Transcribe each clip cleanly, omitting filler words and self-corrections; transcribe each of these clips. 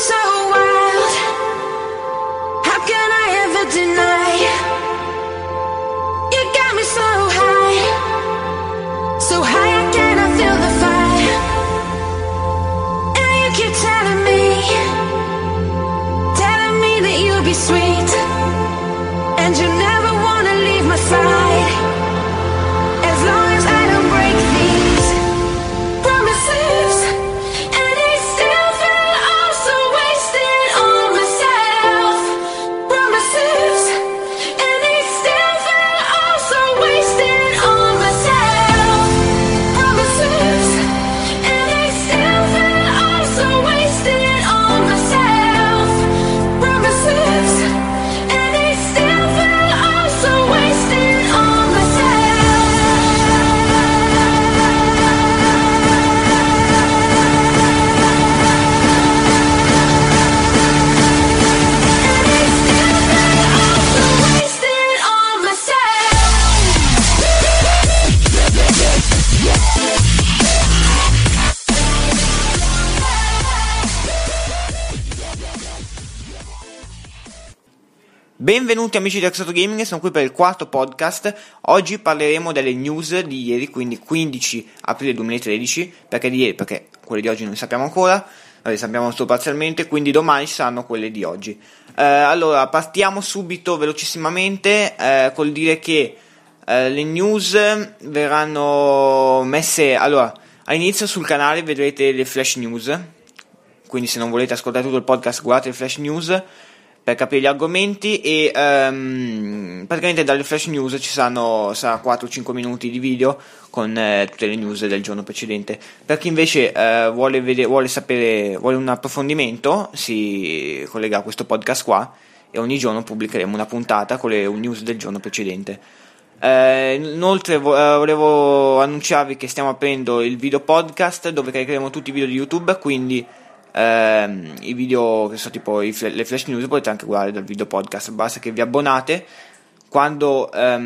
so wild. How can I ever deny? You got me so high I cannot feel the fire. And you keep telling me that you'll be sweet, and you never wanna leave my side. As long as I don't break these promises, and I still feel I'm so wasted on myself. Promises, and I still feel I'm so wasted on myself. Promises, and I still feel I'm so wasted on myself. Promises, and I still feel I'm so wasted on myself. Benvenuti amici di Exoto Gaming, sono qui per il quarto podcast. Oggi parleremo delle news di ieri, quindi 15 aprile 2013, perché di ieri, perché quelle di oggi non le sappiamo ancora, le sappiamo solo parzialmente, quindi domani saranno quelle di oggi. Allora, partiamo subito velocissimamente col dire che le news verranno messe, allora, all'inizio sul canale vedrete le flash news, quindi se non volete ascoltare tutto il podcast guardate le flash news per capire gli argomenti, e praticamente dalle flash news ci sarà 4-5 minuti di video con tutte le news del giorno precedente. Per chi invece vuole un approfondimento, si collega a questo podcast qua e ogni giorno pubblicheremo una puntata con le news del giorno precedente. Inoltre volevo annunciarvi che stiamo aprendo il video podcast dove caricheremo tutti i video di YouTube, quindi i video che sono tipo le flash news potete anche guardare dal video podcast, basta che vi abbonate. Quando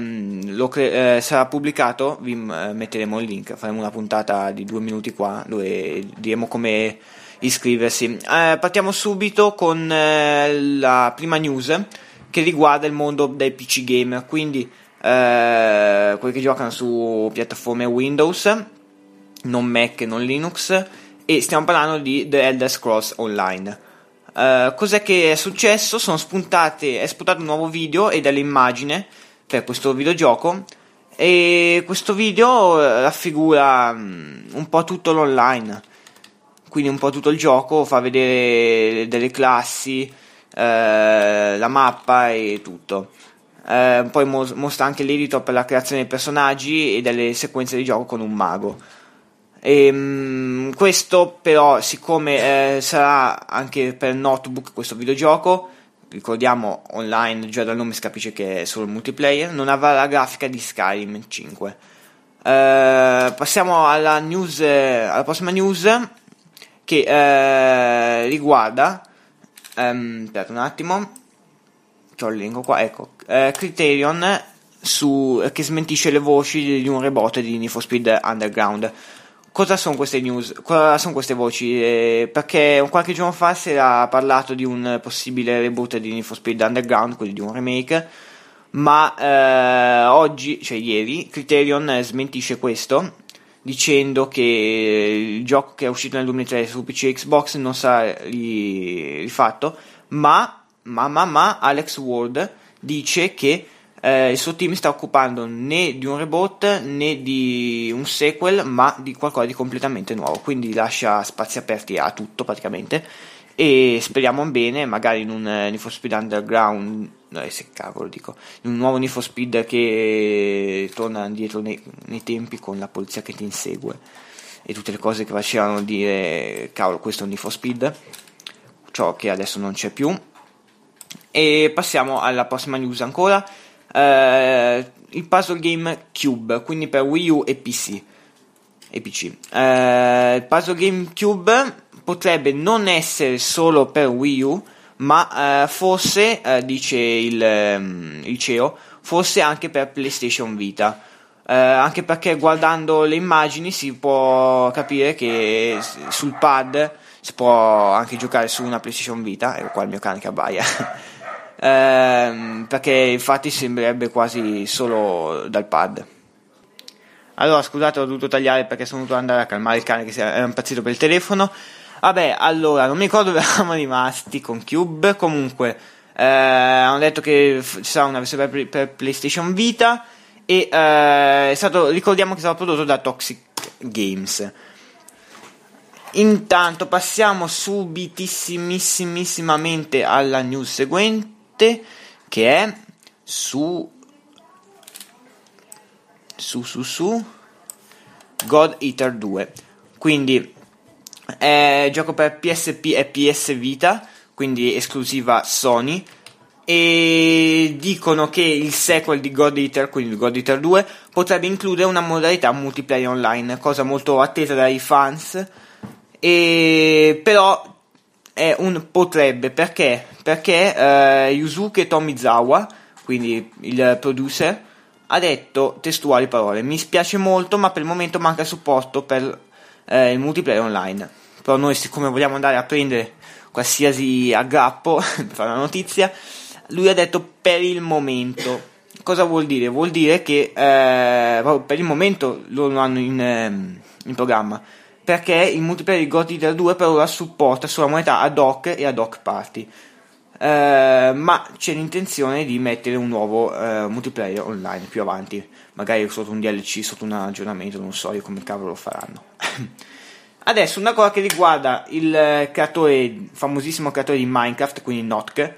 sarà pubblicato vi metteremo il link, faremo una puntata di 2 minuti qua dove diremo come iscriversi. Partiamo subito con la prima news che riguarda il mondo dei PC gamer, quindi quelli che giocano su piattaforme Windows, non Mac e non Linux, e stiamo parlando di The Elder Scrolls Online. Cos'è che è successo? È spuntato un nuovo video e delle immagini per questo videogioco, e questo video raffigura un po' tutto l'online, quindi un po' tutto il gioco, fa vedere delle classi, la mappa e tutto. Poi mostra anche l'editor per la creazione dei personaggi e delle sequenze di gioco con un mago. Questo però, siccome sarà anche per notebook questo videogioco, ricordiamo online, già dal nome si capisce che è solo multiplayer, non avrà la grafica di Skyrim 5. Passiamo alla prossima news che riguarda aspetta un attimo, c'ho il link qua, ecco, Criterion che smentisce le voci di un reboot di Need for Speed Underground. Cosa sono queste news? Cosa sono queste voci? Perché qualche giorno fa si era parlato di un possibile reboot di Need for Speed Underground, quindi di un remake, ma oggi, cioè ieri, Criterion smentisce questo, dicendo che il gioco che è uscito nel 2003 su PC e Xbox non sarà rifatto, ma Alex Ward dice che il suo team sta occupando né di un reboot né di un sequel, ma di qualcosa di completamente nuovo, quindi lascia spazi aperti a tutto praticamente, e speriamo bene, magari in un Need for Speed Underground, in un nuovo Need for Speed che torna indietro nei tempi, con la polizia che ti insegue e tutte le cose che facevano dire cavolo, questo è un Need for Speed, ciò che adesso non c'è più. E passiamo alla prossima news ancora. Il puzzle game Cube, quindi per Wii U e PC. Il puzzle game Cube potrebbe non essere solo per Wii U, ma forse, dice il CEO, forse anche per PlayStation Vita. anche perché guardando le immagini si può capire che sul pad si può anche giocare su una PlayStation Vita. Ecco qua il mio cane che abbaia. Perché infatti sembrerebbe quasi solo dal pad. Allora scusate, ho dovuto tagliare perché sono dovuto andare a calmare il cane che era impazzito per il telefono. Vabbè, allora non mi ricordo dove eravamo rimasti con Cube. Comunque hanno detto che ci sarà una versione per PlayStation Vita e ricordiamo che è stato prodotto da Toxic Games. Intanto passiamo subitissimamente alla news seguente, che è su God Eater 2. Quindi gioco per PSP e PS Vita, quindi esclusiva Sony, e dicono che il sequel di God Eater, quindi God Eater 2, potrebbe includere una modalità multiplayer online, cosa molto attesa dai fans, e però è un potrebbe, perché Yusuke Tomizawa, quindi il producer, ha detto testuali parole: mi spiace molto, ma per il momento manca il supporto per il multiplayer online. Però noi, siccome vogliamo andare a prendere qualsiasi aggrappo per fare una notizia, lui ha detto per il momento. Cosa vuol dire? Vuol dire che per il momento loro lo hanno in programma, perché il multiplayer di God Eater 2 per ora supporta solo modalità ad hoc e ad hoc party. Ma c'è l'intenzione di mettere un nuovo multiplayer online più avanti, magari sotto un DLC, sotto un aggiornamento, non so io come cavolo lo faranno. Adesso una cosa che riguarda il famosissimo creatore di Minecraft, quindi Notke,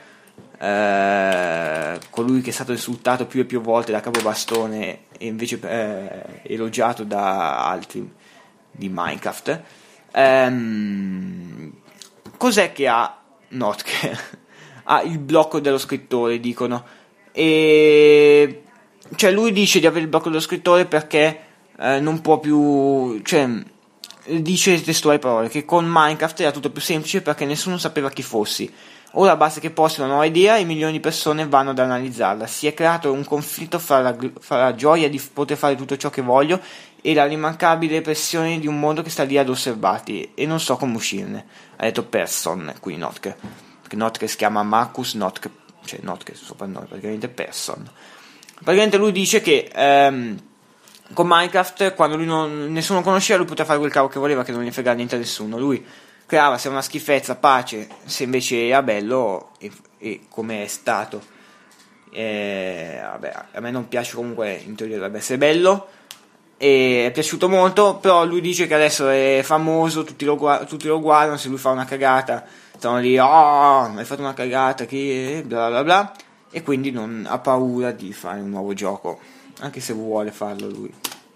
colui che è stato insultato più e più volte da Capobastone e invece elogiato da altri di Minecraft. Cos'è che ha Notke? Ha il blocco dello scrittore, dicono, e cioè lui dice di avere il blocco dello scrittore perché non può più, cioè dice testuali parole che con Minecraft era tutto più semplice perché nessuno sapeva chi fossi. Ora basta che posti una nuova idea e milioni di persone vanno ad analizzarla. Si è creato un conflitto fra la gioia di poter fare tutto ciò che voglio e la rimancabile pressione di un mondo che sta lì ad osservarti e non so come uscirne, ha detto Persson, qui Notke. Perché Notke si chiama Marcus Notke, cioè Notke è il soprannome, praticamente Persson. Praticamente lui dice che con Minecraft, quando nessuno conosceva, lui poteva fare quel cavo che voleva, che non gli frega niente a nessuno. Lui creava, se è una schifezza, pace, se invece era bello, e come è stato. Vabbè, a me non piace, comunque in teoria dovrebbe essere bello, e è piaciuto molto, però lui dice che adesso è famoso, tutti lo guardano, se lui fa una cagata stanno lì, hai fatto una cagata, che bla bla bla, e quindi non ha paura di fare un nuovo gioco, anche se vuole farlo lui.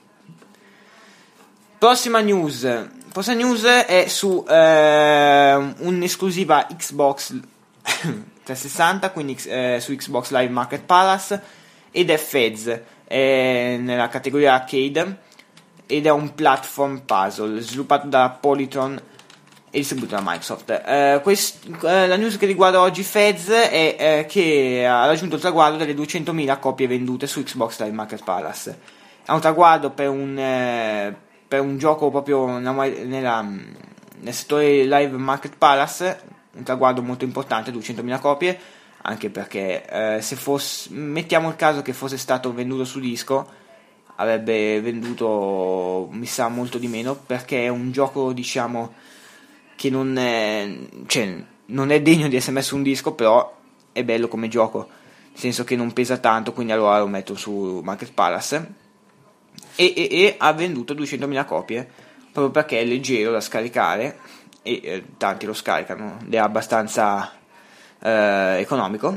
Prossima news è su un'esclusiva Xbox 360, quindi su Xbox Live Market Palace, ed è Fez, nella categoria arcade, ed è un platform puzzle sviluppato da Polytron e distribuito da Microsoft. La news che riguarda oggi Fez è che ha raggiunto il traguardo delle 200.000 copie vendute su Xbox Live Market Palace. È un traguardo per un gioco proprio nel settore Live Market Palace, un traguardo molto importante, 200.000 copie, anche perché mettiamo il caso che fosse stato venduto su disco, avrebbe venduto, mi sa, molto di meno, perché è un gioco, diciamo, che non è degno di essere messo su un disco, però è bello come gioco, nel senso che non pesa tanto, quindi allora lo metto su Market Palace, e ha venduto 200.000 copie, proprio perché è leggero da scaricare, e tanti lo scaricano, è abbastanza economico,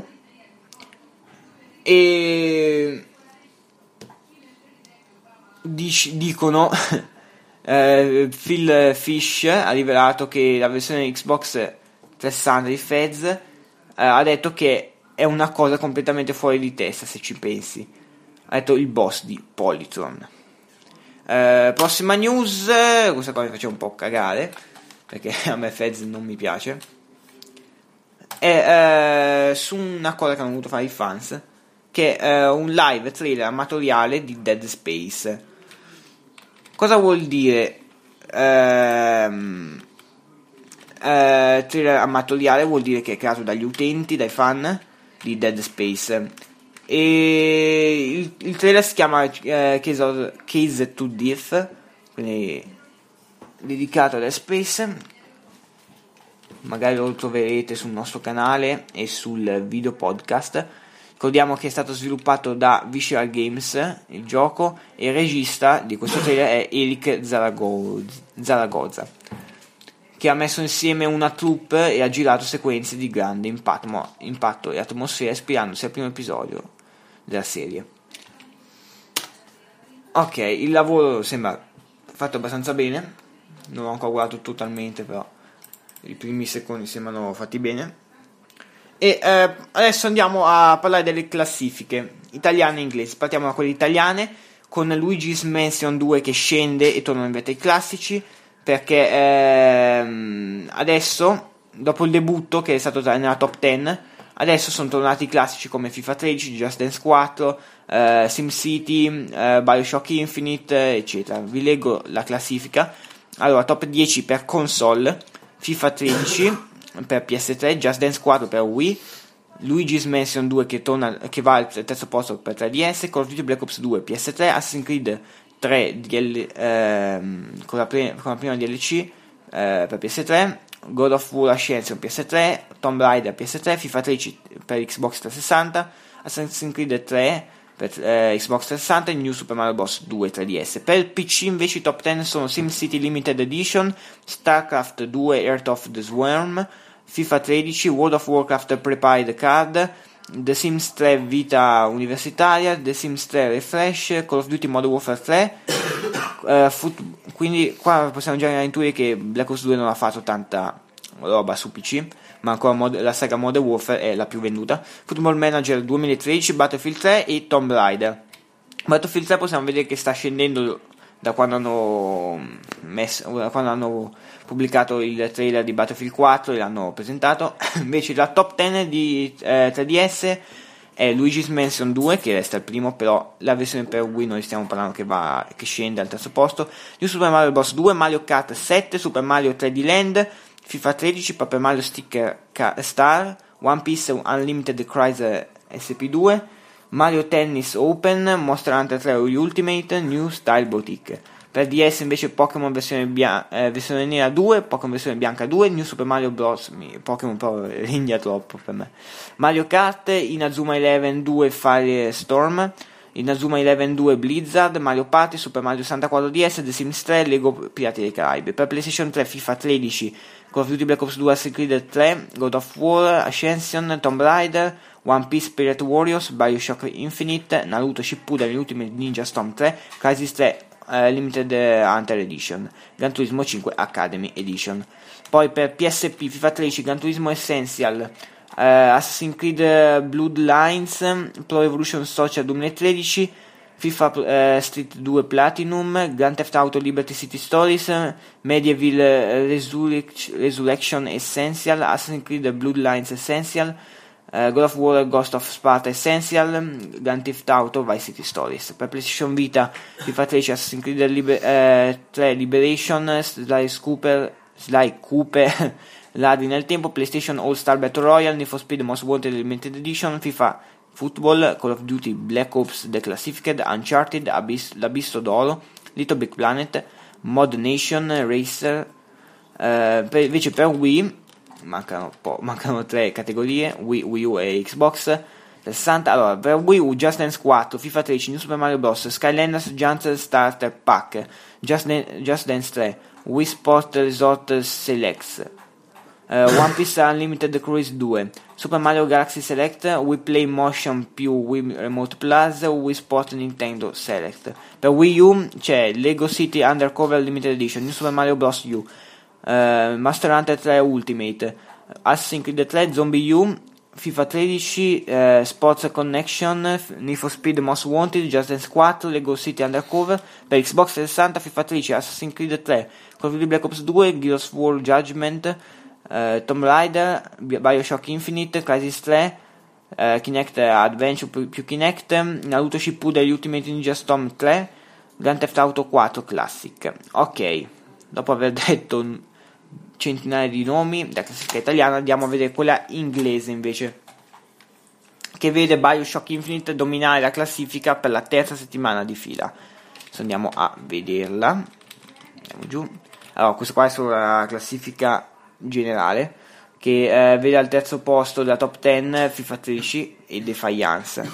e dicono Phil Fish ha rivelato che la versione Xbox 360 di Fez ha detto che è una cosa completamente fuori di testa, se ci pensi. Ha detto il boss di Polytron. Prossima news, questa qua mi faceva un po' cagare perché a me Fez non mi piace, è su una cosa che hanno voluto fare i fans, che è un live trailer amatoriale di Dead Space. Cosa vuol dire trailer amatoriale? Vuol dire che è creato dagli utenti, dai fan di Dead Space. E il trailer si chiama Case to Death, quindi dedicato a Dead Space. Magari lo troverete sul nostro canale e sul video podcast. Ricordiamo che è stato sviluppato da Visceral Games, il gioco, e il regista di questo trailer è Eric Zaragoza, che ha messo insieme una troupe e ha girato sequenze di grande impatto e atmosfera, ispirandosi al primo episodio della serie. Ok, il lavoro sembra fatto abbastanza bene, non ho ancora guardato totalmente, però i primi secondi sembrano fatti bene. E adesso andiamo a parlare delle classifiche italiane e inglesi. Partiamo da quelle italiane, con Luigi's Mansion 2 che scende e tornano invece ai classici, perché adesso, dopo il debutto che è stato nella top 10, adesso sono tornati i classici come FIFA 13, Just Dance 4, SimCity, Bioshock Infinite, eccetera. Vi leggo la classifica. Allora, top 10 per console: FIFA 13 per PS3, Just Dance 4 per Wii, Luigi's Mansion 2 che va al terzo posto per 3DS, Call of Duty Black Ops 2 PS3, Assassin's Creed 3 con la prima DLC per PS3, God of War Ascension PS3, Tomb Raider PS3, FIFA 13 per Xbox 360, Assassin's Creed 3 per Xbox 360 e New Super Mario Bros. 2 3DS. Per il PC invece i top 10 sono SimCity Limited Edition, StarCraft 2 Earth of the Swarm, FIFA 13, World of Warcraft Prepared Card, The Sims 3 Vita Universitaria, The Sims 3 Refresh, Call of Duty Modern Warfare 3. Quindi qua possiamo già intuire che Black Ops 2 non ha fatto tanta roba su PC, ma ancora la saga Modern Warfare è la più venduta. Football Manager 2013, Battlefield 3 e Tomb Raider. Battlefield 3 possiamo vedere che sta scendendo da quando hanno pubblicato il trailer di Battlefield 4 e l'hanno presentato. Invece la top 10 di 3DS è Luigi's Mansion 2, che resta il primo, però la versione per Wii noi stiamo parlando che scende al terzo posto. New Super Mario Bros. 2, Mario Kart 7, Super Mario 3D Land, FIFA 13, Paper Mario Sticker Star, One Piece Unlimited Crisis SP2, Mario Tennis Open, Monster Hunter 3 Ultimate, New Style Boutique. Per DS invece Pokémon versione nera 2, Pokémon versione bianca 2, New Super Mario Bros. Pokémon però regna troppo per me. Mario Kart, Inazuma Eleven 2 Firestorm, Inazuma Eleven 2 Blizzard, Mario Party, Super Mario 64 DS, The Sims 3, Lego Pirati dei Caraibi. Per PlayStation 3 FIFA 13, Call of Duty Black Ops 2 Assassin's Creed 3, God of War Ascension, Tomb Raider, One Piece Pirate Warriors, Bioshock Infinite, Naruto Shippuden Ultimate Ninja Storm 3, Crysis 3 Limited Hunter Edition, Gran Turismo 5 Academy Edition. Poi per PSP FIFA 13, Gran Turismo Essential, Assassin's Creed Bloodlines, Pro Evolution Soccer 2013, FIFA Street 2 Platinum, Grand Theft Auto Liberty City Stories, Medieval Resurrection Essential, Assassin's Creed Bloodlines Essential, God of War Ghost of Sparta Essential, Grand Theft Auto Vice City Stories. Per PlayStation Vita FIFA 13, Assassin's Creed 3 Liberation, Sly Cooper Ladri nel tempo, PlayStation All Star Battle Royale, Need for Speed Most Wanted Limited Edition, FIFA Football, Call of Duty Black Ops Declassified, Uncharted, L'Abisso d'Oro, Little Big Planet, Mod Nation Racer. Invece per Wii mancano 3 categorie: Wii U e Xbox 60. Allora, per Wii U Just Dance 4, FIFA 13, New Super Mario Bros, Skylanders Jump Starter Pack, Just Dance 3, Wii Sport Resort Selects, One Piece Unlimited Cruise 2, Super Mario Galaxy Select, Wii Play Motion più Wii Remote Plus, Wii Sport Nintendo Select. Per Wii U c'è Lego City Undercover Limited Edition, New Super Mario Bros. U, Monster Hunter 3 Ultimate, Assassin's Creed 3 Zombie U, FIFA 13, Sports Connection, Need for Speed Most Wanted, Just Dance 4, Lego City Undercover. Per Xbox 360 FIFA 13, Assassin's Creed 3, Call of Duty Black Ops 2, Gears of War Judgment, Tomb Raider, Bioshock Infinite, Crysis 3, Kinect Adventure più Kinect, Naruto Shippuden Ultimate Ninja Storm 3, Grand Theft Auto 4 Classic. Ok, dopo aver detto centinaia di nomi da classifica italiana, andiamo a vedere quella inglese invece, che vede BioShock Infinite dominare la classifica per la terza settimana di fila. Adesso andiamo a vederla. Andiamo giù. Allora, questa qua è solo la classifica generale, che vede al terzo posto della top 10 FIFA 13 e Defiance.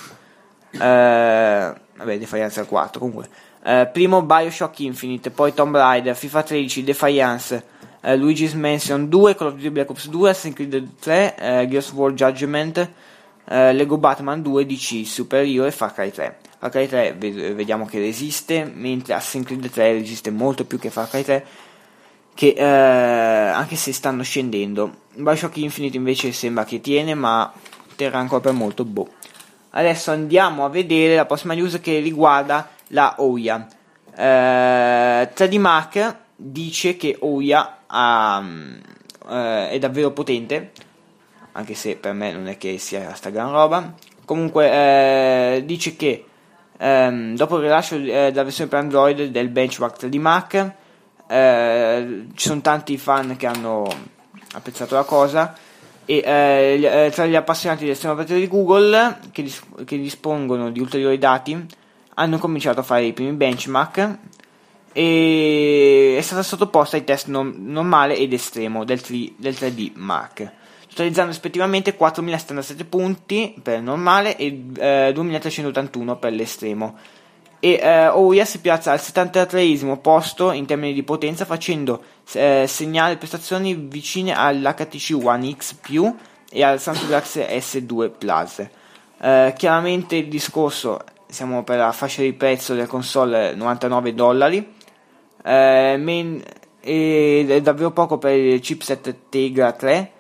Defiance al 4 comunque. Primo BioShock Infinite, poi Tomb Raider, FIFA 13, Defiance, Luigi's Mansion 2, Call of Duty Black Ops 2, Assassin's Creed 3, Gears of War Judgment, Lego Batman 2, DC Super Hero e Far Cry 3. Far Cry 3 vediamo che resiste, mentre Assassin's Creed 3 resiste molto più che Far Cry 3, che anche se stanno scendendo. BioShock Infinite invece sembra che tiene, ma terrà ancora per molto. Adesso andiamo a vedere la prossima news, che riguarda la Ouya. 3D Mark dice che Ouya è davvero potente, anche se per me non è che sia sta gran roba. Comunque dice che dopo il rilascio della versione per Android del benchmark 3D Mark, ci sono tanti fan che hanno apprezzato la cosa, e tra gli appassionati del sistema operativo di Google che dispongono di ulteriori dati hanno cominciato a fare i primi benchmark, e è stata sottoposta ai test normale ed estremo del 3D Mark, totalizzando rispettivamente 4.077 punti per il normale e 2.381 per l'estremo. E Ouya si piazza al 73esimo posto in termini di potenza, facendo segnare prestazioni vicine all'HTC One X Plus e al Samsung Galaxy S2 Plus. Chiaramente il discorso, siamo per la fascia di prezzo del console $99, ed è davvero poco per il chipset Tegra 3,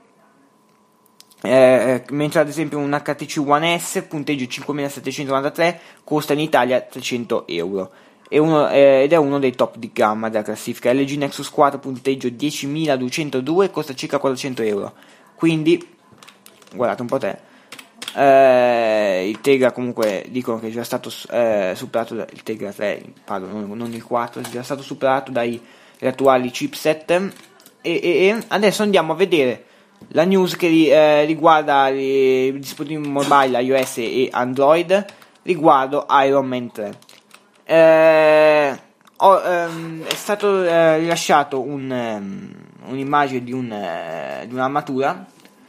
mentre ad esempio un HTC One S punteggio 5793 costa in Italia €300, ed è uno dei top di gamma della classifica. LG Nexus 4 punteggio 10.202 costa circa €400, quindi guardate un po' te. Il Tegra comunque dicono che è già stato superato, il Tegra 3 non il 4, è già stato superato dagli attuali chipset. E adesso andiamo a vedere la news che riguarda i dispositivi mobile iOS e Android riguardo Iron Man 3. È stato rilasciato un'immagine di un'armatura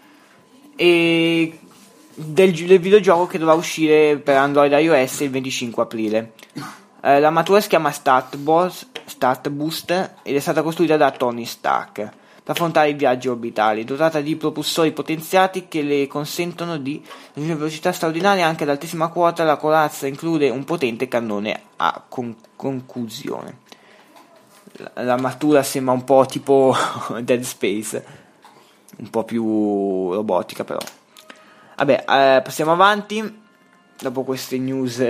e del videogioco che dovrà uscire per Android e iOS il 25 aprile. L'armatura si chiama Start Boost ed è stata costruita da Tony Stark per affrontare i viaggi orbitali, dotata di propulsori potenziati che le consentono di raggiungere velocità straordinarie anche ad altissima quota. La corazza include un potente cannone a concussione. L'armatura sembra un po' tipo Dead Space, un po' più robotica però. Vabbè, passiamo avanti dopo queste news.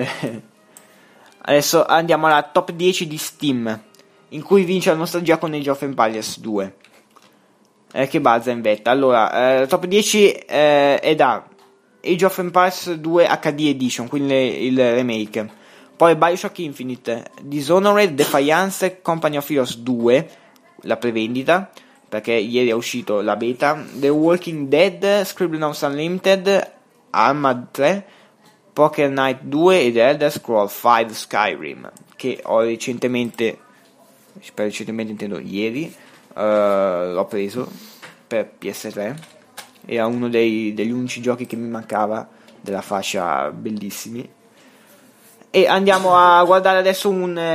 Adesso andiamo alla top 10 di Steam, in cui vince la nostalgia con Age of Empires 2. Che bazza in vetta. Allora, la top 10 è da Age of Empires 2 HD Edition, quindi il remake. Poi BioShock Infinite, Dishonored, Defiance, Company of Heroes 2, la prevendita, perché ieri è uscito la beta. The Walking Dead, Scribblenauts Unlimited, Armad 3, Poker Night 2 ed Elder Scrolls 5 Skyrim, che ho recentemente intendo ieri, l'ho preso per PS3. Era uno degli unici giochi che mi mancava della fascia bellissimi. E andiamo a guardare adesso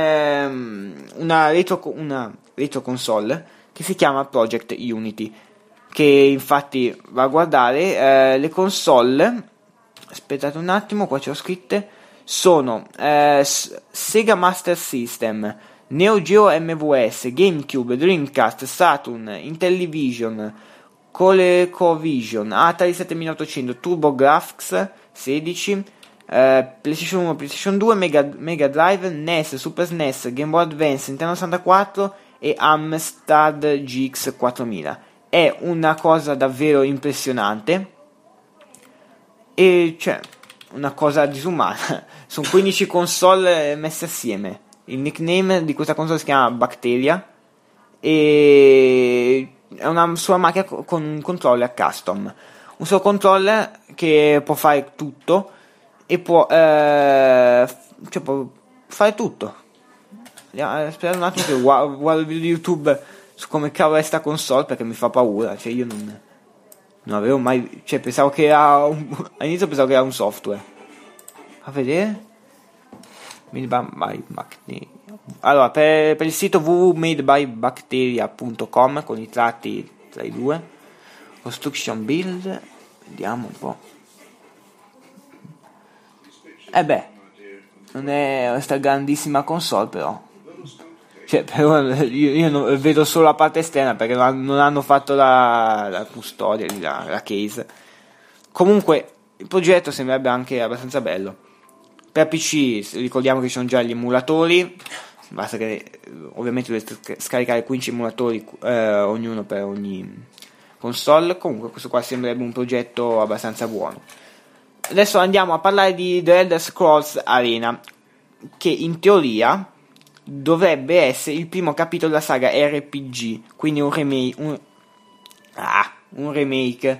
una retro console che si chiama Project Unity, che infatti va a guardare le console. Aspettate un attimo, qua ce l'ho scritte. Sono Sega Master System, Neo Geo MVS, GameCube, Dreamcast, Saturn, Intellivision, ColecoVision, Atari 7800, TurboGrafx 16, PlayStation 1, PlayStation 2, Mega Drive, NES, Super SNES, Game Boy Advance, Nintendo 64 e Amstrad GX 4000. È una cosa davvero impressionante. E cioè, una cosa disumana. Sono 15 console messe assieme. Il nickname di questa console si chiama Bacteria e è una sola macchina con un controller custom. Un solo controller che può fare tutto e può fare tutto. Aspetta un attimo che guardo il video di YouTube su come cavolo è sta console, perché mi fa paura. Cioè io non avevo mai, cioè pensavo che era all'inizio pensavo che era un software. A vedere. Allora, per il sito www.madebybacteria.com con i tratti tra i due, construction build, vediamo un po'. Non è questa grandissima console, però io vedo solo la parte esterna, perché non hanno fatto la custodia, la case. Comunque il progetto sembrerebbe anche abbastanza bello. Per PC ricordiamo che ci sono già gli emulatori, basta che ovviamente dovete scaricare 15 emulatori ognuno per ogni console. Comunque questo qua sembrerebbe un progetto abbastanza buono. Adesso andiamo a parlare di The Elder Scrolls Arena, che in teoria dovrebbe essere il primo capitolo della saga RPG, quindi un remake.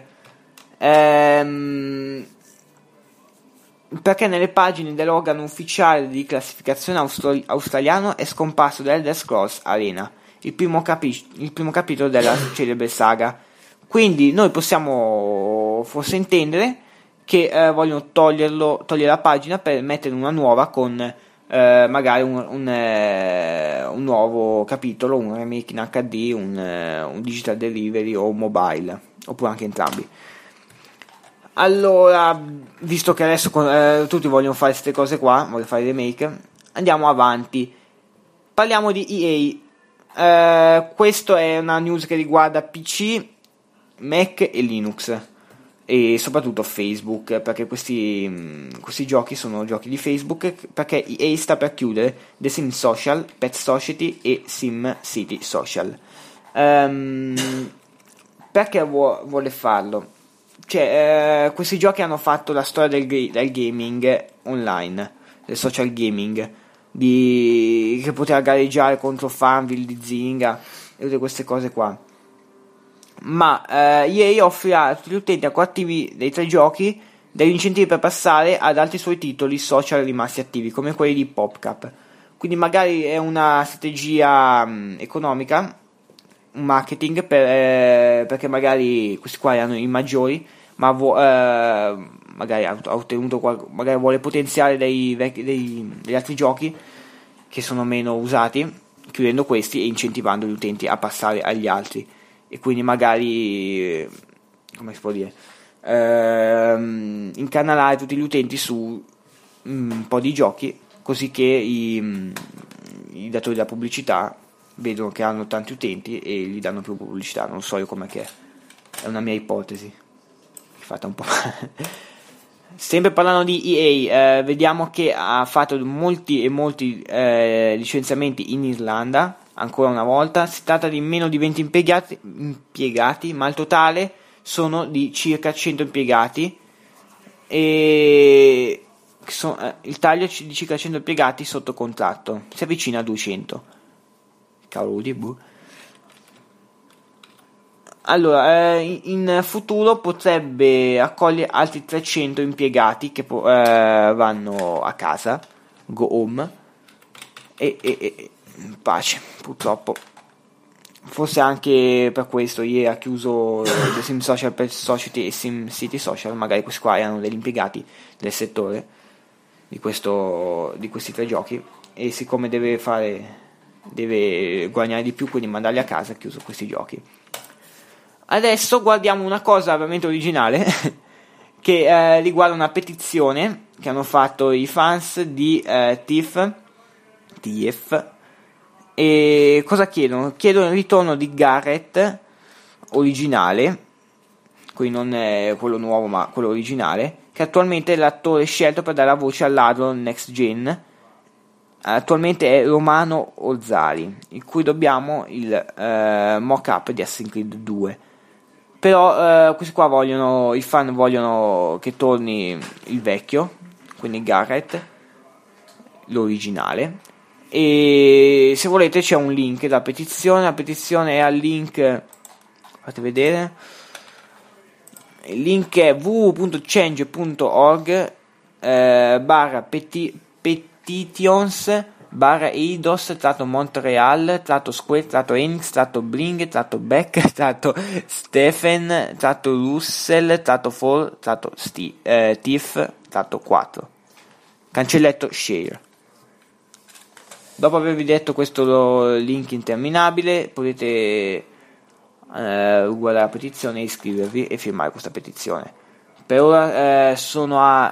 Perché nelle pagine dell'organo ufficiale di classificazione australiano è scomparso The Elder Scrolls Arena, il primo capitolo della celebre saga. Quindi noi possiamo forse intendere che vogliono togliere la pagina per mettere una nuova con magari un nuovo capitolo, un remake in HD, un digital delivery o un mobile, oppure anche entrambi. Allora, visto che adesso tutti vogliono fare queste cose qua, vogliono fare remake, andiamo avanti. Parliamo di EA. Questo è una news che riguarda PC, Mac e Linux, e soprattutto Facebook, perché questi giochi sono giochi di Facebook, perché EA sta per chiudere The Sim Social, Pet Society e Sim City Social. Perché vuole farlo? Cioè, questi giochi hanno fatto la storia del gaming online, del social gaming, che poteva gareggiare contro Farmville di Zynga e tutte queste cose qua. Ma EA offrirà a tutti gli utenti acquativi dei 3 giochi degli incentivi per passare ad altri suoi titoli social rimasti attivi, come quelli di PopCap. Quindi magari è una strategia economica, un marketing perché magari questi qua erano i maggiori, ma magari ha ottenuto magari vuole potenziare degli altri giochi che sono meno usati, chiudendo questi e incentivando gli utenti a passare agli altri, e quindi magari, come si può dire, incanalare tutti gli utenti su un po' di giochi, così che i datori della pubblicità vedono che hanno tanti utenti e gli danno più pubblicità. Non so io com'è che è una mia ipotesi fatta un po'. Sempre parlando di EA, vediamo che ha fatto molti licenziamenti in Irlanda, ancora una volta. Si tratta di meno di 20 impiegati, ma il totale sono di circa 100 impiegati, e il taglio di circa 100 impiegati sotto contratto, si avvicina a 200. Cavolo di bu. Allora, in futuro potrebbe accogliere altri 300 impiegati che vanno a casa, go home, e pace, purtroppo. Forse anche per questo EA ha chiuso The Sim Social, Pet Society e Sim City Social. Magari questi qua erano degli impiegati del settore di questi 3 giochi, e siccome deve guadagnare di più, quindi mandarli a casa, ha chiuso questi giochi. Adesso guardiamo una cosa veramente originale che riguarda una petizione che hanno fatto i fans di TIF. E cosa chiedono? Chiedono il ritorno di Garrett originale, quindi non è quello nuovo ma quello originale, che attualmente è l'attore scelto per dare la voce all'Adro Next Gen. Attualmente è Romano Orzali, in cui dobbiamo il mock-up di Assassin's Creed 2. Però questi qua i fan vogliono che torni il vecchio, quindi Garrett, l'originale. E se volete c'è un link da petizione. La petizione è al link, fate vedere, il link è www.change.org barra petitions barra eidos Montreal Square Enix Bling Beck Stephen Russell For Tiff 4 cancelletto share. Dopo avervi detto questo link interminabile, potete guardare la petizione, iscrivervi e firmare questa petizione. Per ora sono a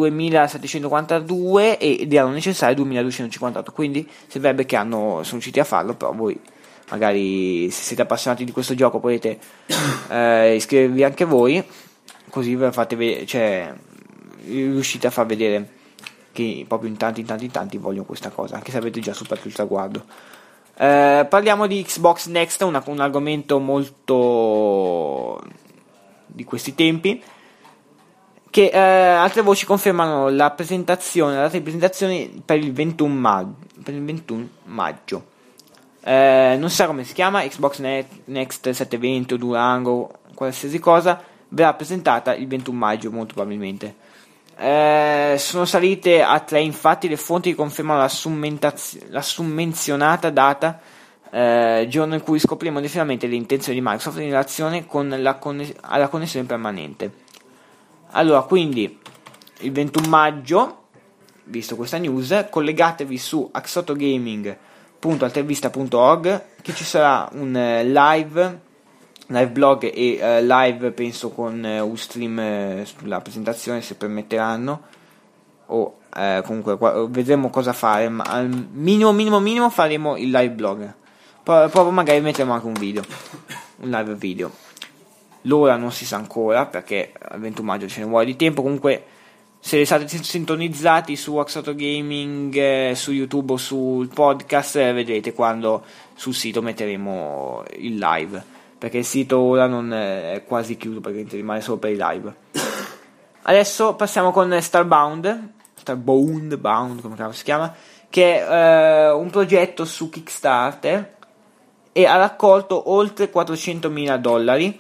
2742 ed erano necessari 2258, quindi sembrerebbe che sono riusciti a farlo, però voi magari se siete appassionati di questo gioco potete iscrivervi anche voi, così vi fate riuscite a far vedere che proprio in tanti vogliono questa cosa, anche se avete già superato il traguardo. Parliamo di Xbox Next, un argomento molto di questi tempi, che altre voci confermano la data di presentazione per il 21 maggio. Non si sa come si chiama, Xbox Next 720 o Durango, qualsiasi cosa, verrà presentata il 21 maggio molto probabilmente. Sono salite a 3 infatti le fonti che confermano la summenzionata data, giorno in cui scopriremo definitivamente le intenzioni di Microsoft in relazione con alla connessione permanente. Allora, quindi il 21 maggio, visto questa news, collegatevi su axotogaming.altervista.org che ci sarà un live blog e live penso con Ustream sulla presentazione, se permetteranno, o comunque vedremo cosa fare, ma al minimo faremo il live blog, poi magari metteremo anche un live video. L'ora non si sa ancora perché al 21 maggio ce ne vuole di tempo. Comunque se state sintonizzati su Axoto Gaming su YouTube o sul podcast vedrete quando sul sito metteremo il live, perché il sito ora non è quasi chiuso perché rimane solo per i live. Adesso passiamo con Starbound, come si chiama, che è un progetto su Kickstarter e ha raccolto oltre $400.000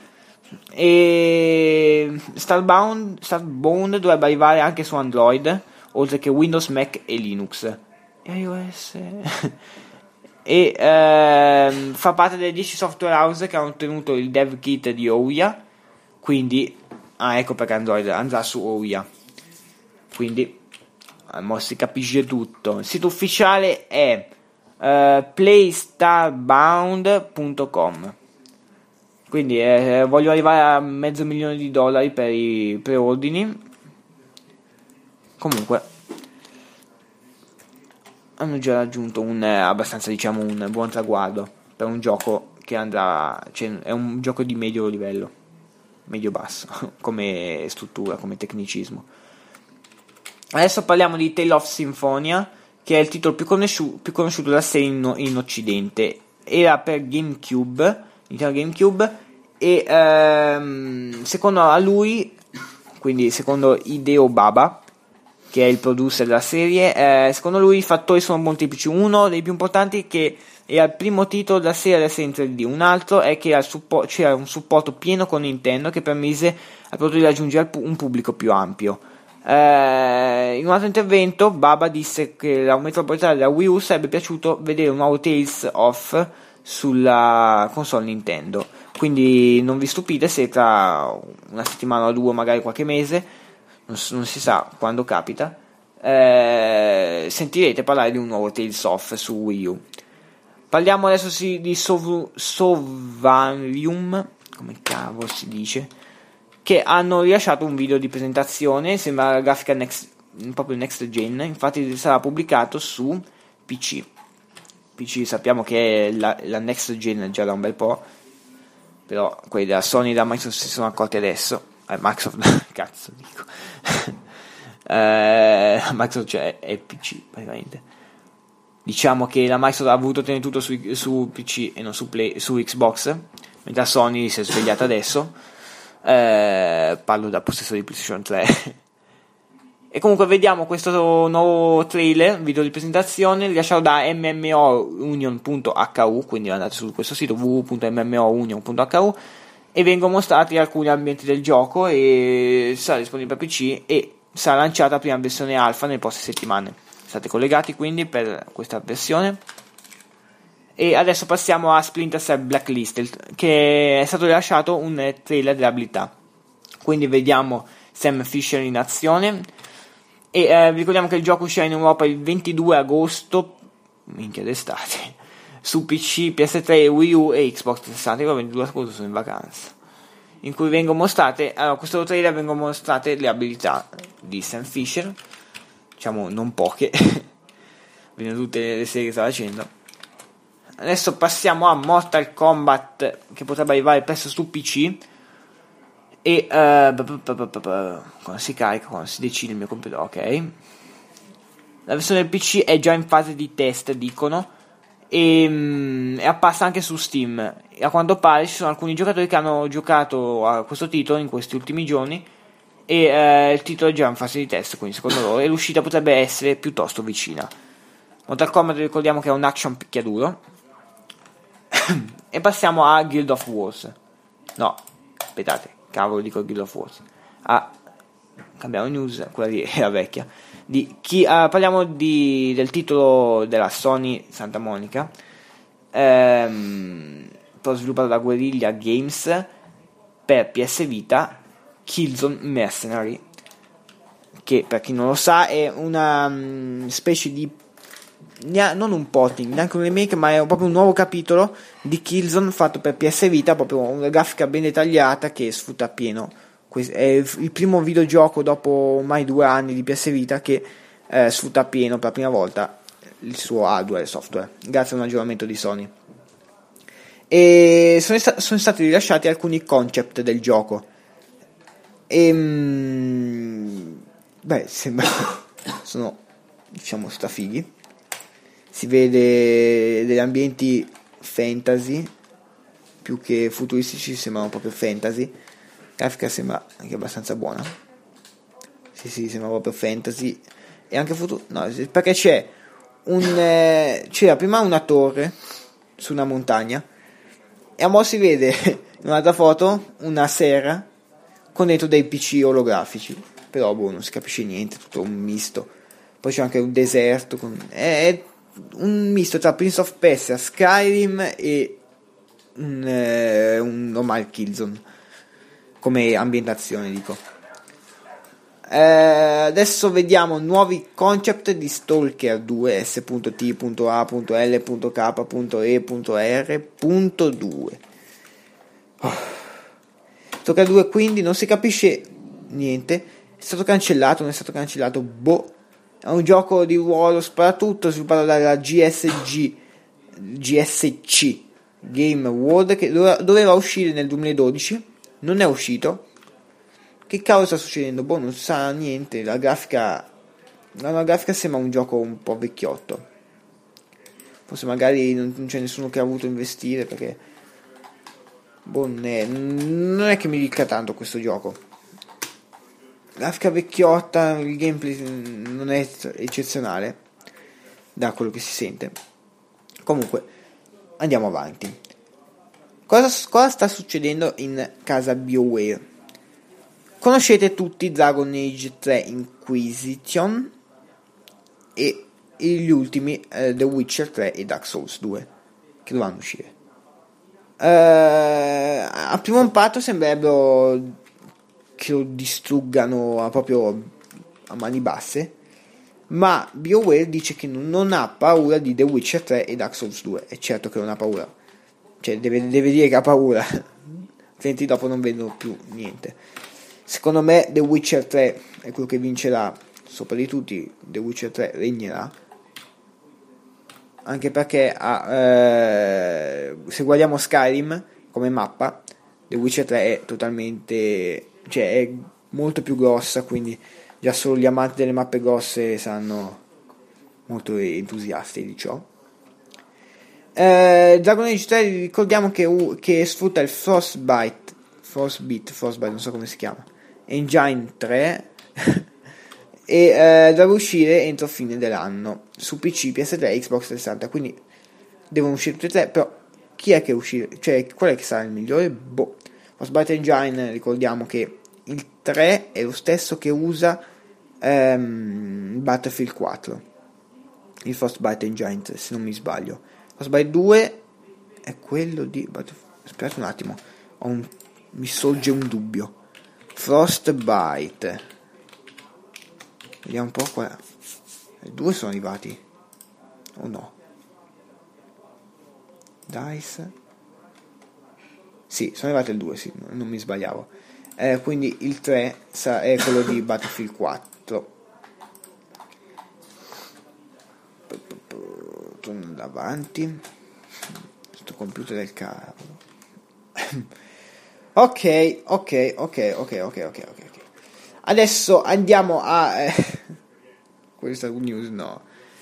e Starbound dovrebbe arrivare anche su Android, oltre che Windows, Mac e Linux e iOS e fa parte delle 10 software house che hanno ottenuto il dev kit di Ouya, quindi ecco perché Android andrà su Ouya, quindi si capisce tutto. Il sito ufficiale è playstarbound.com, quindi voglio arrivare a $500,000 per i preordini. Comunque hanno già raggiunto un buon traguardo per un gioco che andrà, è un gioco di medio livello, medio basso come struttura, come tecnicismo. Adesso parliamo di Tale of Symphonia, che è il titolo più conosciuto della serie in occidente. Era per Nintendo GameCube e secondo lui, quindi secondo Hideo Baba, che è il producer della serie, secondo lui i fattori sono molteplici. Uno dei più importanti, che era il primo titolo della serie ad essere in 3D, un altro è che c'era un supporto pieno con Nintendo che permise al prodotto di raggiungere un pubblico più ampio. In un altro intervento Baba disse che l'aumento proprietario della Wii U sarebbe piaciuto vedere un nuovo Tales of sulla console Nintendo, quindi non vi stupite se tra una settimana o due, magari qualche mese, non si sa quando capita, sentirete parlare di un nuovo Tales of su Wii U. Parliamo adesso di Sovarium, come cavolo si dice, che hanno rilasciato un video di presentazione, sembra la grafica proprio next gen, infatti sarà pubblicato su PC sappiamo che è la next gen già da un bel po', però quelli della Sony e da Microsoft si sono accorti adesso, Microsoft cazzo dico Microsoft, cioè è PC praticamente, diciamo che la Microsoft ha voluto tenere tutto su PC e non su Xbox, mentre Sony si è svegliata adesso. Parlo da possessore di PlayStation 3. E comunque vediamo questo nuovo trailer, video di presentazione rilasciato da MMOunion.hu, quindi andate su questo sito www.mmounion.hu, e vengono mostrati alcuni ambienti del gioco e sarà disponibile per PC e sarà lanciata la prima versione alfa nelle prossime settimane. State collegati quindi per questa versione. E adesso passiamo a Splinter Cell Blacklisted, che è stato rilasciato un trailer dell'abilità. Quindi vediamo Sam Fisher in azione. E vi ricordiamo che il gioco uscirà in Europa il 22 agosto, minchia d'estate, su PC, PS3, Wii U e Xbox 360. Io il 22 agosto sono in vacanza. In cui vengono mostrate, questo trailer vengono mostrate le abilità di Sam Fisher, diciamo non poche, vedono tutte le serie che sta facendo. Adesso passiamo a Mortal Kombat, che potrebbe arrivare presto su PC. E quando si carica, quando si decide il mio computer, ok. La versione del PC è già in fase di test, dicono, e appassa anche su Steam. E a quanto pare ci sono alcuni giocatori che hanno giocato a questo titolo in questi ultimi giorni, e il titolo è già in fase di test, quindi secondo loro e l'uscita potrebbe essere piuttosto vicina. Mortal Kombat ricordiamo che è un action picchiaduro. E passiamo a Guild of Wars. No, aspettate, cavolo, dico Guild of Wars. Cambiamo news, quella di la vecchia. Parliamo del titolo della Sony Santa Monica, sviluppato da Guerrilla Games per PS Vita, Killzone Mercenary, che per chi non lo sa è una specie di non un potting, neanche un remake, ma è proprio un nuovo capitolo di Killzone fatto per PS Vita, proprio una grafica ben dettagliata che sfrutta appieno. È il primo videogioco dopo ormai 2 anni di PS Vita che sfrutta appieno per la prima volta il suo hardware e software, grazie a un aggiornamento di Sony. E sono stati rilasciati alcuni concept del gioco. Sembra sono, diciamo, strafighi. Si vede degli ambienti fantasy più che futuristici, sembrano proprio fantasy. La grafica sembra anche abbastanza buona. Sì, sembra proprio fantasy. E anche perché c'era prima una torre su una montagna e a mo' si vede in un'altra foto una serra con dentro dei PC olografici, però non si capisce niente, tutto un misto. Poi c'è anche un deserto è un misto tra Prince of Persia, Skyrim e un normal Killzone come ambientazione, dico. Adesso vediamo nuovi concept di Stalker 2 S.T.A.L.K.E.R.2. Stalker 2 quindi non si capisce niente, è stato cancellato, non è stato cancellato, è un gioco di ruolo sparatutto sviluppato dalla GSC Game World, che doveva uscire nel 2012, non è uscito. Che cavolo sta succedendo? Non sa niente. La grafica sembra un gioco un po' vecchiotto. Forse magari non c'è nessuno che ha voluto investire, perché non è che mi dica tanto questo gioco. Grafica vecchiotta, il gameplay non è eccezionale da quello che si sente. Comunque andiamo avanti. Cosa sta succedendo in casa BioWare? Conoscete tutti Dragon Age 3 Inquisition e gli ultimi The Witcher 3 e Dark Souls 2 che dovranno uscire. A primo impatto sembrerebbero che lo distruggano proprio a mani basse, ma BioWare dice che non ha paura di The Witcher 3 e Dark Souls 2. È certo che non ha paura, cioè deve dire che ha paura, altrimenti dopo non vedono più niente. Secondo me The Witcher 3 è quello che vincerà sopra di tutti. The Witcher 3 regnerà, anche perché se guardiamo Skyrim come mappa, The Witcher 3 è totalmente, è molto più grossa, quindi già solo gli amanti delle mappe grosse saranno molto entusiasti di ciò. Dragon Age 3 ricordiamo che sfrutta il Frostbite, non so come si chiama, Engine 3 e deve uscire entro fine dell'anno su PC, PS3 e Xbox 360, quindi devono uscire tutte e tre, però chi è che uscire, cioè qual è che sarà il migliore? Frostbite Engine, ricordiamo che il 3 è lo stesso che usa Battlefield 4, il Frostbite Engine 3, se non mi sbaglio. Frostbite 2 è quello di aspetta un attimo, mi sorge un dubbio. Frostbite, vediamo un po' qua. I 2 sono arrivati o no? Dice, sì, sono arrivati il 2, sì, non mi sbagliavo. Quindi il 3 è quello di Battlefield 4. Torno avanti, sto computer del cavolo. ok. Adesso andiamo a questa news, no,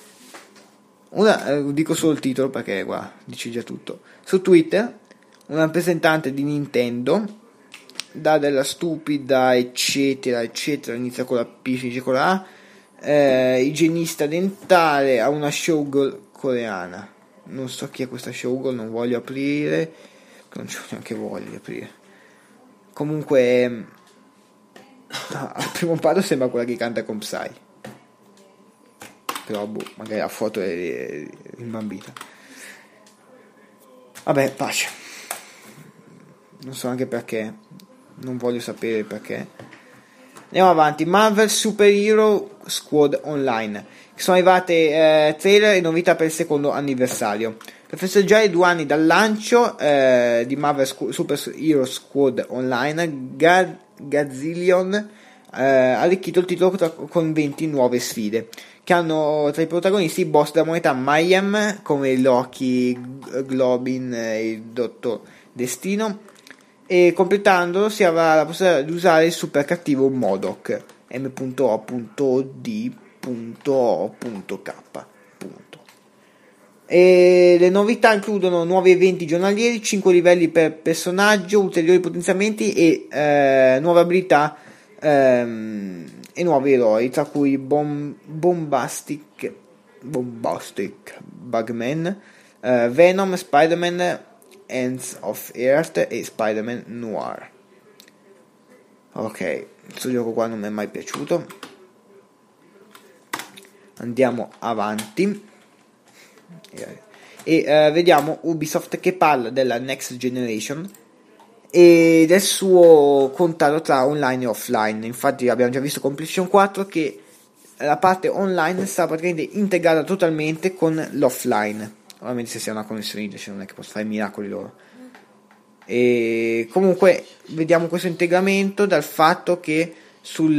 dico solo il titolo perché qua dice già tutto. Su Twitter un rappresentante di Nintendo dà della stupida eccetera, inizia con la P, finisce con la A, igienista dentale a una showgirl coreana. Non so chi è questa showgirl, non voglio aprire, non c'ho neanche voglia di aprire. Comunque al primo palo sembra quella che canta con Psy, però magari la foto è rimbambita. Vabbè, pace, non so anche perché, non voglio sapere perché. Andiamo avanti. Marvel Super Hero Squad Online, sono arrivate trailer e novità per il secondo anniversario. Per festeggiare 2 anni dal lancio di Marvel Super Hero Squad Online, Gazillion ha arricchito il titolo con 20 nuove sfide che hanno tra i protagonisti i boss della moneta Mayhem come Loki, Globin e il Dottor Destino, e completandolo si avrà la possibilità di usare il super cattivo MODOK, M.O.D.O.K. E le novità includono nuovi eventi giornalieri, 5 livelli per personaggio, ulteriori potenziamenti e nuove abilità e nuovi eroi, tra cui Bombastic Bugman, Venom, Spider-Man Ends of Earth e Spider-Man Noir. Ok, questo gioco qua non mi è mai piaciuto. Andiamo avanti e vediamo Ubisoft che parla della Next Generation e del suo contatto tra online e offline. Infatti abbiamo già visto con PlayStation 4 che la parte online sta praticamente integrata totalmente con l'offline, ovviamente se si ha una connessione internet, non è che posso fare miracoli loro. E comunque vediamo questo integramento dal fatto che sul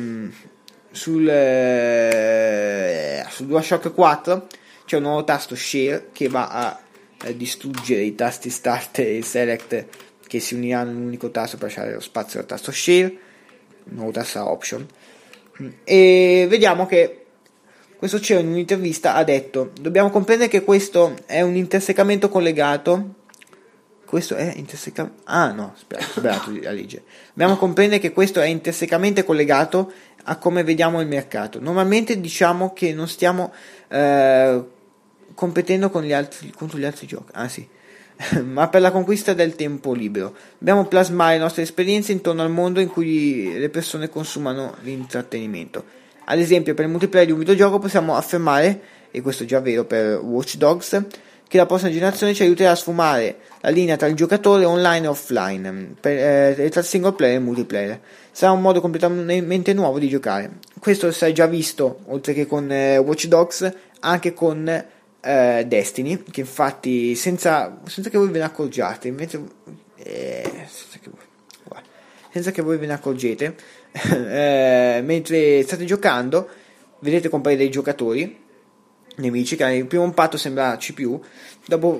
DualShock 4 c'è un nuovo tasto Share che va a distruggere i tasti Start e Select, che si uniranno in un unico tasto per lasciare lo spazio al tasto Share, un nuovo tasto Option. E vediamo che questo CEO in un'intervista ha detto: dobbiamo comprendere che questo è un intersecamento collegato. Questo è intersecamento. Ah no, sbagliato a leggere. Dobbiamo comprendere che questo è intersecamente collegato a come vediamo il mercato. Normalmente diciamo che non stiamo competendo contro gli altri giochi. Ah sì. Ma per la conquista del tempo libero. Dobbiamo plasmare le nostre esperienze intorno al mondo in cui le persone consumano l'intrattenimento. Ad esempio, per il multiplayer di un videogioco possiamo affermare, e questo è già vero per Watch Dogs, che la prossima generazione ci aiuterà a sfumare la linea tra il giocatore online e offline, e tra il single player e il multiplayer. Sarà un modo completamente nuovo di giocare. Questo si è già visto, oltre che con Watch Dogs, anche con Destiny, che infatti senza che voi ve ne accorgiate, senza che voi ve ne accorgete, mentre state giocando vedete comparire dei giocatori nemici che il primo impatto sembra CPU, dopo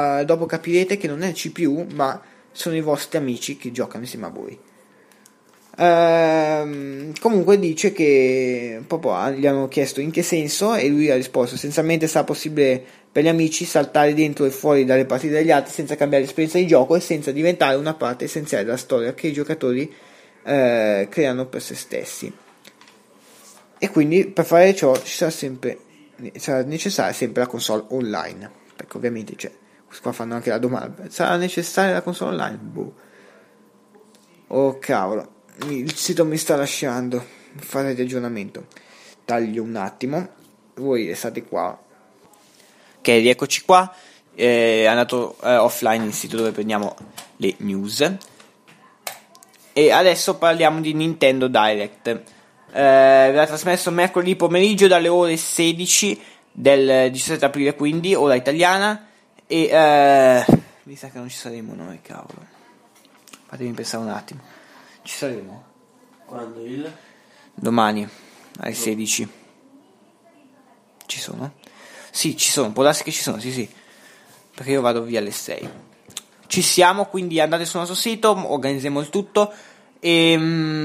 capirete che non è CPU ma sono i vostri amici che giocano insieme a voi. Comunque dice che proprio gli hanno chiesto in che senso e lui ha risposto: essenzialmente sarà possibile per gli amici saltare dentro e fuori dalle partite degli altri senza cambiare l'esperienza di gioco e senza diventare una parte essenziale della storia che i giocatori creano per se stessi. E quindi per fare ciò sarà necessaria sempre la console online, perché ovviamente qua fanno anche la domanda: sarà necessaria la console online? Boh. Oh cavolo, il sito mi sta lasciando fare il ragionamento. Taglio un attimo, voi restate qua. Ok, rieccoci qua. È andato offline il sito dove prendiamo le news. E adesso parliamo di Nintendo Direct. Verrà trasmesso mercoledì pomeriggio dalle ore 16 del 17 aprile, quindi ora italiana. E mi sa che non ci saremo noi, cavolo. Fatemi pensare un attimo. Ci saremo Quando domani alle 16. Ci sono? Sì, ci sono, può darsi che ci sono, sì, perché io vado via alle 6. Ci siamo, quindi andate sul nostro sito, organizziamo il tutto. E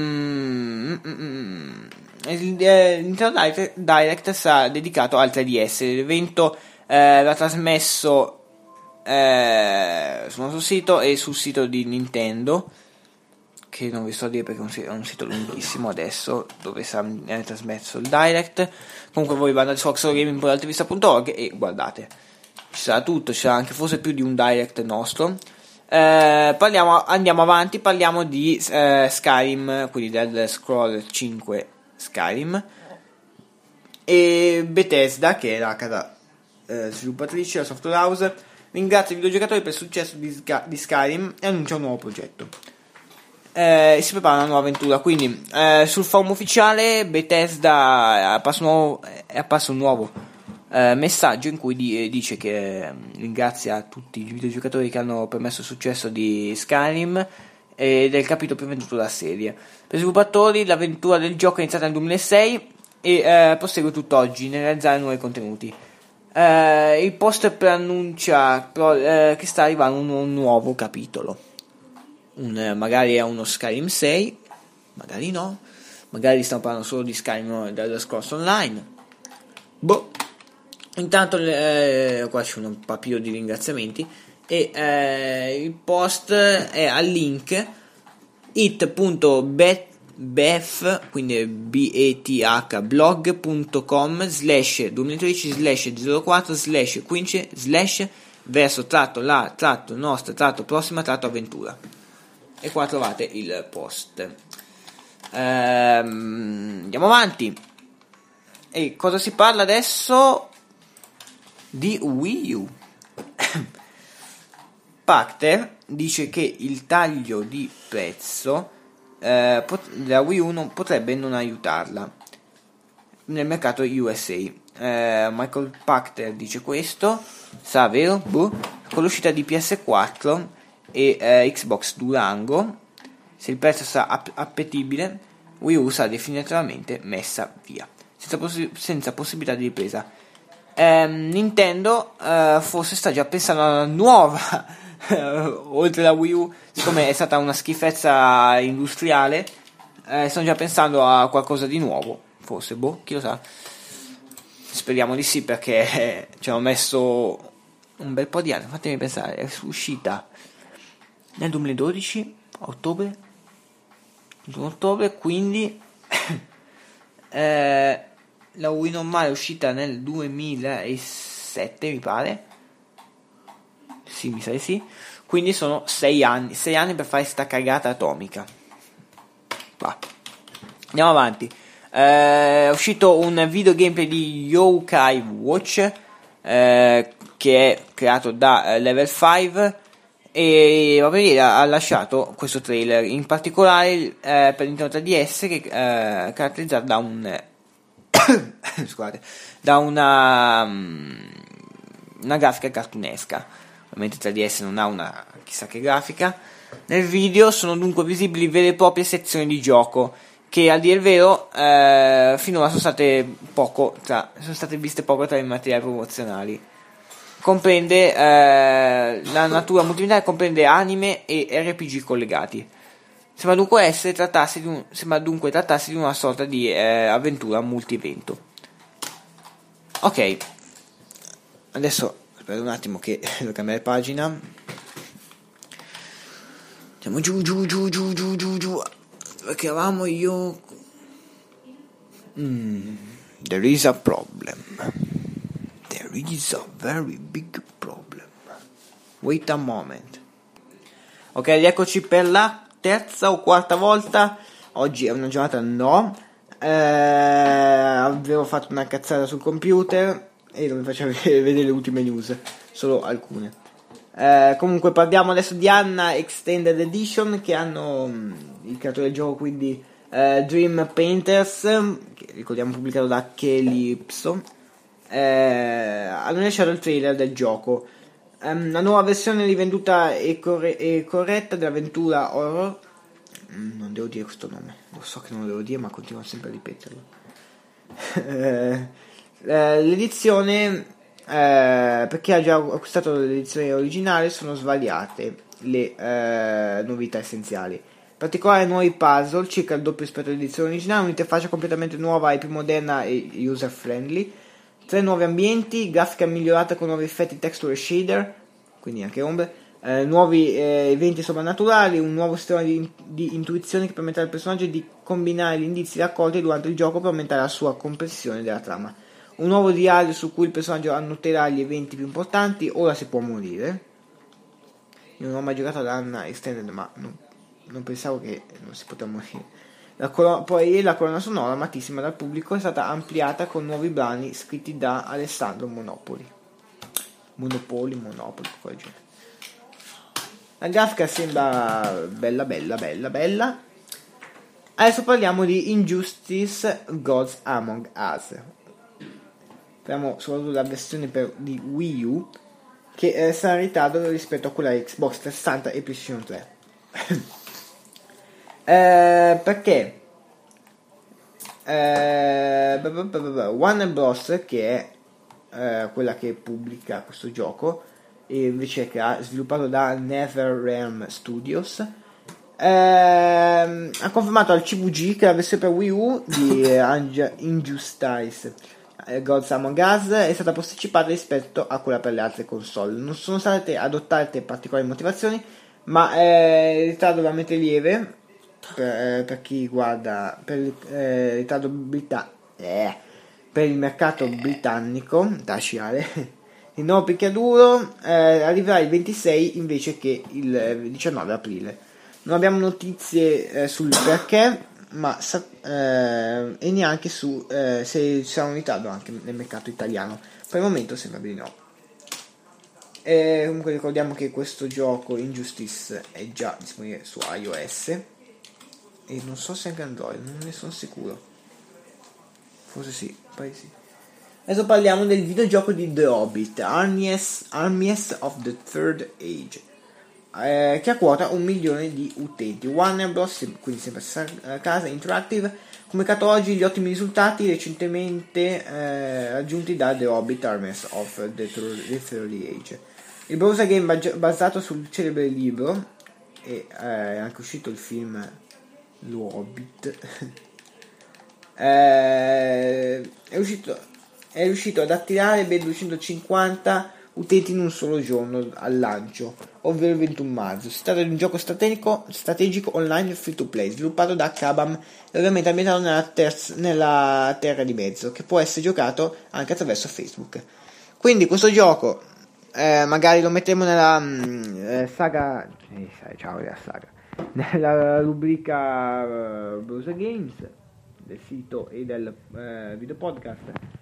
l'Nintendo Direct sarà dedicato al 3DS. L'evento va trasmesso sul nostro sito e sul sito di Nintendo, che non vi so dire perché è un sito lunghissimo adesso, dove sarà trasmesso il Direct. Comunque voi andate su oxogaming.altvista.org e guardate, ci sarà tutto, ci sarà anche forse più di un Direct nostro. Andiamo avanti, parliamo di Skyrim, quindi del Scroll 5 Skyrim, e Bethesda, che è la casa sviluppatrice, la software house, ringrazia i videogiocatori per il successo di Skyrim e annuncia un nuovo progetto. Si prepara una nuova avventura, quindi sul forum ufficiale Bethesda è apparso un nuovo messaggio in cui dice che ringrazia tutti i videogiocatori che hanno permesso il successo di Skyrim e del capitolo più venduto della serie. Per i sviluppatori l'avventura del gioco è iniziata nel 2006 e prosegue tutt'oggi nel realizzare nuovi contenuti. Il post preannuncia che sta arrivando un nuovo capitolo. Magari è uno Skyrim 6, magari no, magari stiamo parlando solo di Skyrim della Scrolls Online. Boh. Intanto qua c'è un papiro di ringraziamenti e il post è al link it.beth, quindi beth.com/2013/04/15/ verso /la /nostra /prossima /avventura, e qua trovate il post. Andiamo avanti. E cosa si parla adesso? Di Wii U. Pachter dice che il taglio di prezzo della Wii U non potrebbe non aiutarla nel mercato USA. Michael Pachter dice questo. Sarà vero? Boh. Con l'uscita di PS4 e Xbox Durango, se il prezzo sarà appetibile, Wii U sarà definitivamente messa via senza possibilità di ripresa. Nintendo forse sta già pensando a una nuova oltre la Wii U, siccome è stata una schifezza industriale, stanno già pensando a qualcosa di nuovo, forse, boh, chi lo sa. Speriamo di sì, perché ci hanno messo un bel po' di anni. Fatemi pensare, è uscita nel 2012 ottobre, quindi la Wii normale è uscita nel 2007, mi pare. Sì, mi sa di sì. Quindi sono 6 anni per fare sta cagata atomica. Va. Andiamo avanti. È uscito un video gameplay di Yokai Watch, che è creato da Level 5, e ha lasciato questo trailer, in particolare per Nintendo 3DS, che è caratterizzato da una grafica cartunesca. Ovviamente 3DS non ha una chissà che grafica. Nel video sono dunque visibili vere e proprie sezioni di gioco, che a dire il vero finora sono state viste poco tra i materiali promozionali. Comprende la natura multimediale, comprende anime e RPG collegati. Sembra dunque trattarsi di una sorta di avventura multi-evento. Ok, adesso aspetta un attimo che devo cambiare pagina. Andiamo giù. Perché eravamo io. There is a problem. There is a very big problem. Wait a moment. Ok, rieccoci per la terza o quarta volta. Oggi è una giornata no. Avevo fatto una cazzata sul computer e non vi faccio vedere le ultime news, solo alcune. Comunque parliamo adesso di Anna Extended Edition, che hanno il creatore del gioco, quindi Dream Painters, che ricordiamo pubblicato da Calypso. Hanno lasciato il trailer del gioco. La nuova versione rivenduta e corretta dell'avventura horror. Non devo dire questo nome, lo so che non lo devo dire, ma continuo sempre a ripeterlo. L'edizione, per chi ha già acquistato l'edizione originale, sono svariate le novità essenziali. In particolare nuovi puzzle, circa il doppio rispetto all'edizione originale, un'interfaccia completamente nuova e più moderna e user friendly, 3 nuovi ambienti, grafica migliorata con nuovi effetti texture e shader, quindi anche ombre, nuovi eventi soprannaturali, un nuovo sistema di intuizione che permette al personaggio di combinare gli indizi raccolti durante il gioco per aumentare la sua comprensione della trama, un nuovo diario su cui il personaggio annoterà gli eventi più importanti. Ora si può morire. Io non ho mai giocato ad Anna Extended, ma non pensavo che non si poteva morire. Poi la colonna sonora, amatissima dal pubblico, è stata ampliata con nuovi brani scritti da Alessandro Monopoli, poi genere. La grafica sembra bella. Adesso parliamo di Injustice Gods Among Us. Parliamo soprattutto della versione di Wii U, che sarà in ritardo rispetto a quella Xbox 360 e PlayStation 3. Perché Warner Bros., che è quella che pubblica questo gioco e invece che ha sviluppato da NetherRealm Studios, ha confermato al CVG che la versione per Wii U di Injustice Gods Among Us è stata posticipata rispetto a quella per le altre console. Non sono state adottate particolari motivazioni, ma il ritardo veramente lieve per chi guarda per il ritardo per il mercato britannico da sciare. Il nuovo picchiaduro arriverà il 26 invece che il 19 aprile. Non abbiamo notizie sul perché, ma e neanche su se ci sarà un ritardo anche nel mercato italiano. Per il momento sembra di no. Comunque ricordiamo che questo gioco Injustice è già disponibile su iOS e non so se anche Android, non ne sono sicuro. Forse sì, poi sì. Adesso parliamo del videogioco di The Hobbit, Armies of the Third Age, che ha quota 1 milione di utenti. Warner Bros., quindi sempre stessa casa, Interactive, comunicato oggi gli ottimi risultati recentemente raggiunti da The Hobbit, Armies of the Third Age. Il browser game basato sul celebre libro, e è anche uscito il film Lo Hobbit, è riuscito ad attirare ben 250 utenti in un solo giorno al lancio, ovvero il 21 marzo. Si tratta di un gioco strategico online free to play, sviluppato da Kabam e ovviamente ambientato nella Terra di Mezzo, che può essere giocato anche attraverso Facebook. Quindi questo gioco magari lo metteremo nella saga, nella rubrica Browser Games del sito e del video podcast.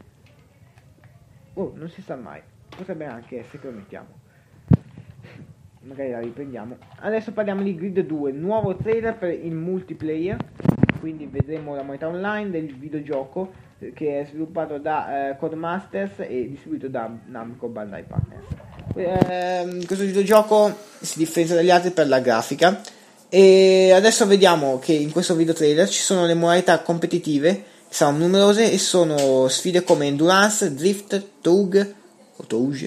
Non si sa mai, potrebbe anche essere che lo mettiamo, magari la riprendiamo. Adesso parliamo di Grid 2, nuovo trailer per il multiplayer, quindi vedremo la modalità online del videogioco, che è sviluppato da Codemasters e distribuito da Namco Bandai Partners. Questo videogioco si differenzia dagli altri per la grafica, e adesso vediamo che in questo video trailer ci sono le modalità competitive, saranno numerose, e sono sfide come Endurance, Drift, Touge,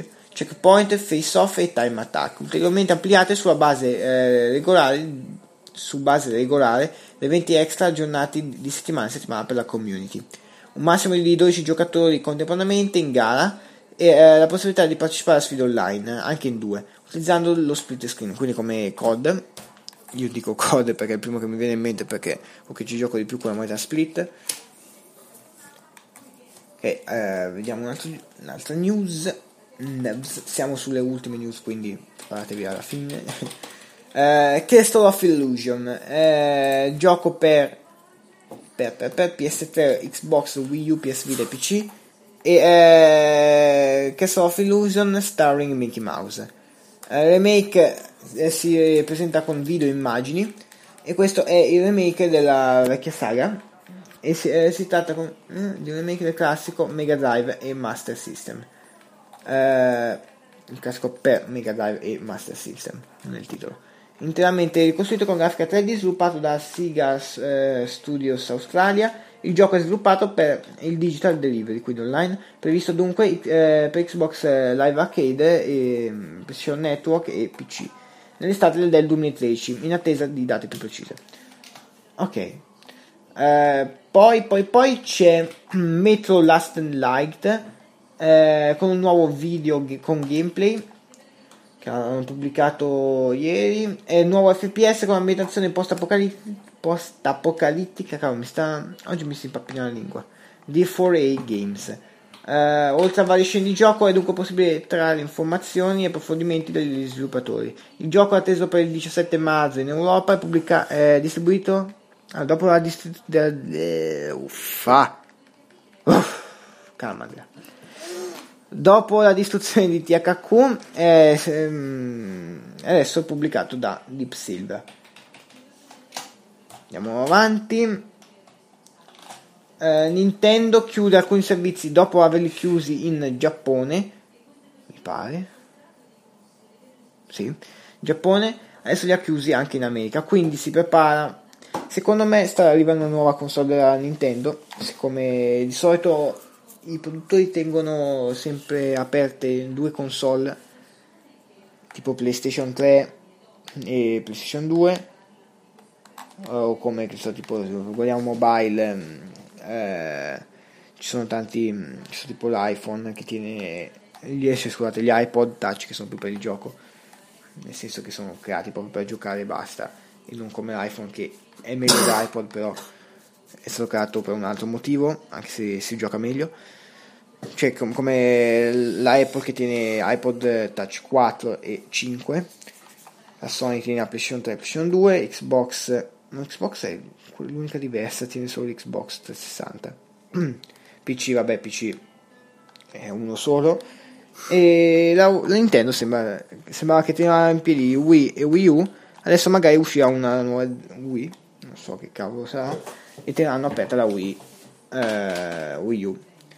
Checkpoint, Face Off e Time Attack, ulteriormente ampliate sulla base regolare su base regolare, ed eventi extra aggiornati di settimana in settimana per la community. Un massimo di 12 giocatori contemporaneamente in gara e la possibilità di partecipare a sfide online, anche in due, utilizzando lo split screen, quindi come COD. Io dico COD perché è il primo che mi viene in mente, perché che ci gioco di più con la modalità split. Vediamo un'altra news. Siamo sulle ultime news, quindi preparatevi alla fine. Castle of Illusion, gioco per PS3, Xbox, Wii U, PS Vita e PC, e Castle of Illusion starring Mickey Mouse. Remake si presenta con video e immagini, e questo è il remake della vecchia saga, e si tratta di un remake del classico Mega Drive e Master System. Il classico per Mega Drive e Master System nel titolo. Interamente ricostruito con grafica 3D, sviluppato da Sega Studios Australia. Il gioco è sviluppato per il Digital Delivery, quindi online, previsto dunque per Xbox Live Arcade, PlayStation Network e PC nell'estate del 2013, in attesa di date più precise. Ok. Poi c'è Metro Last and Light, con un nuovo video con gameplay che hanno pubblicato ieri. È il nuovo FPS con ambientazione post-apocalittica. Oggi mi si impappina la lingua. D4A Games. Oltre a varie scene di gioco è dunque possibile trarre informazioni e approfondimenti dagli sviluppatori. Il gioco è atteso per il 17 marzo in Europa e è distribuito dopo la dopo la distruzione di THQ, adesso è pubblicato da Deep Silver. Andiamo avanti. Nintendo chiude alcuni servizi dopo averli chiusi in Giappone, mi pare. Sì, Giappone, adesso li ha chiusi anche in America, quindi si prepara. Secondo me sta arrivando una nuova console della Nintendo, siccome di solito i produttori tengono sempre aperte due console, tipo PlayStation 3 e PlayStation 2, o come tipo guardiamo mobile, ci sono tipo l'iPhone che tiene gli iPod Touch, che sono più per il gioco, nel senso che sono creati proprio per giocare e basta, e non come l'iPhone che è meglio dell'iPod, però è stato creato per un altro motivo, anche se si gioca meglio. Cioè come l'Apple che tiene iPod Touch 4 e 5, la Sony tiene la PlayStation 3 e PlayStation 2, Xbox è l'unica diversa, tiene solo l'Xbox 360. PC è uno solo, e la Nintendo sembrava che teneva in piedi Wii e Wii U. Adesso magari uscirà una nuova Wii, non so che cavolo sarà, e terranno aperta la Wii U.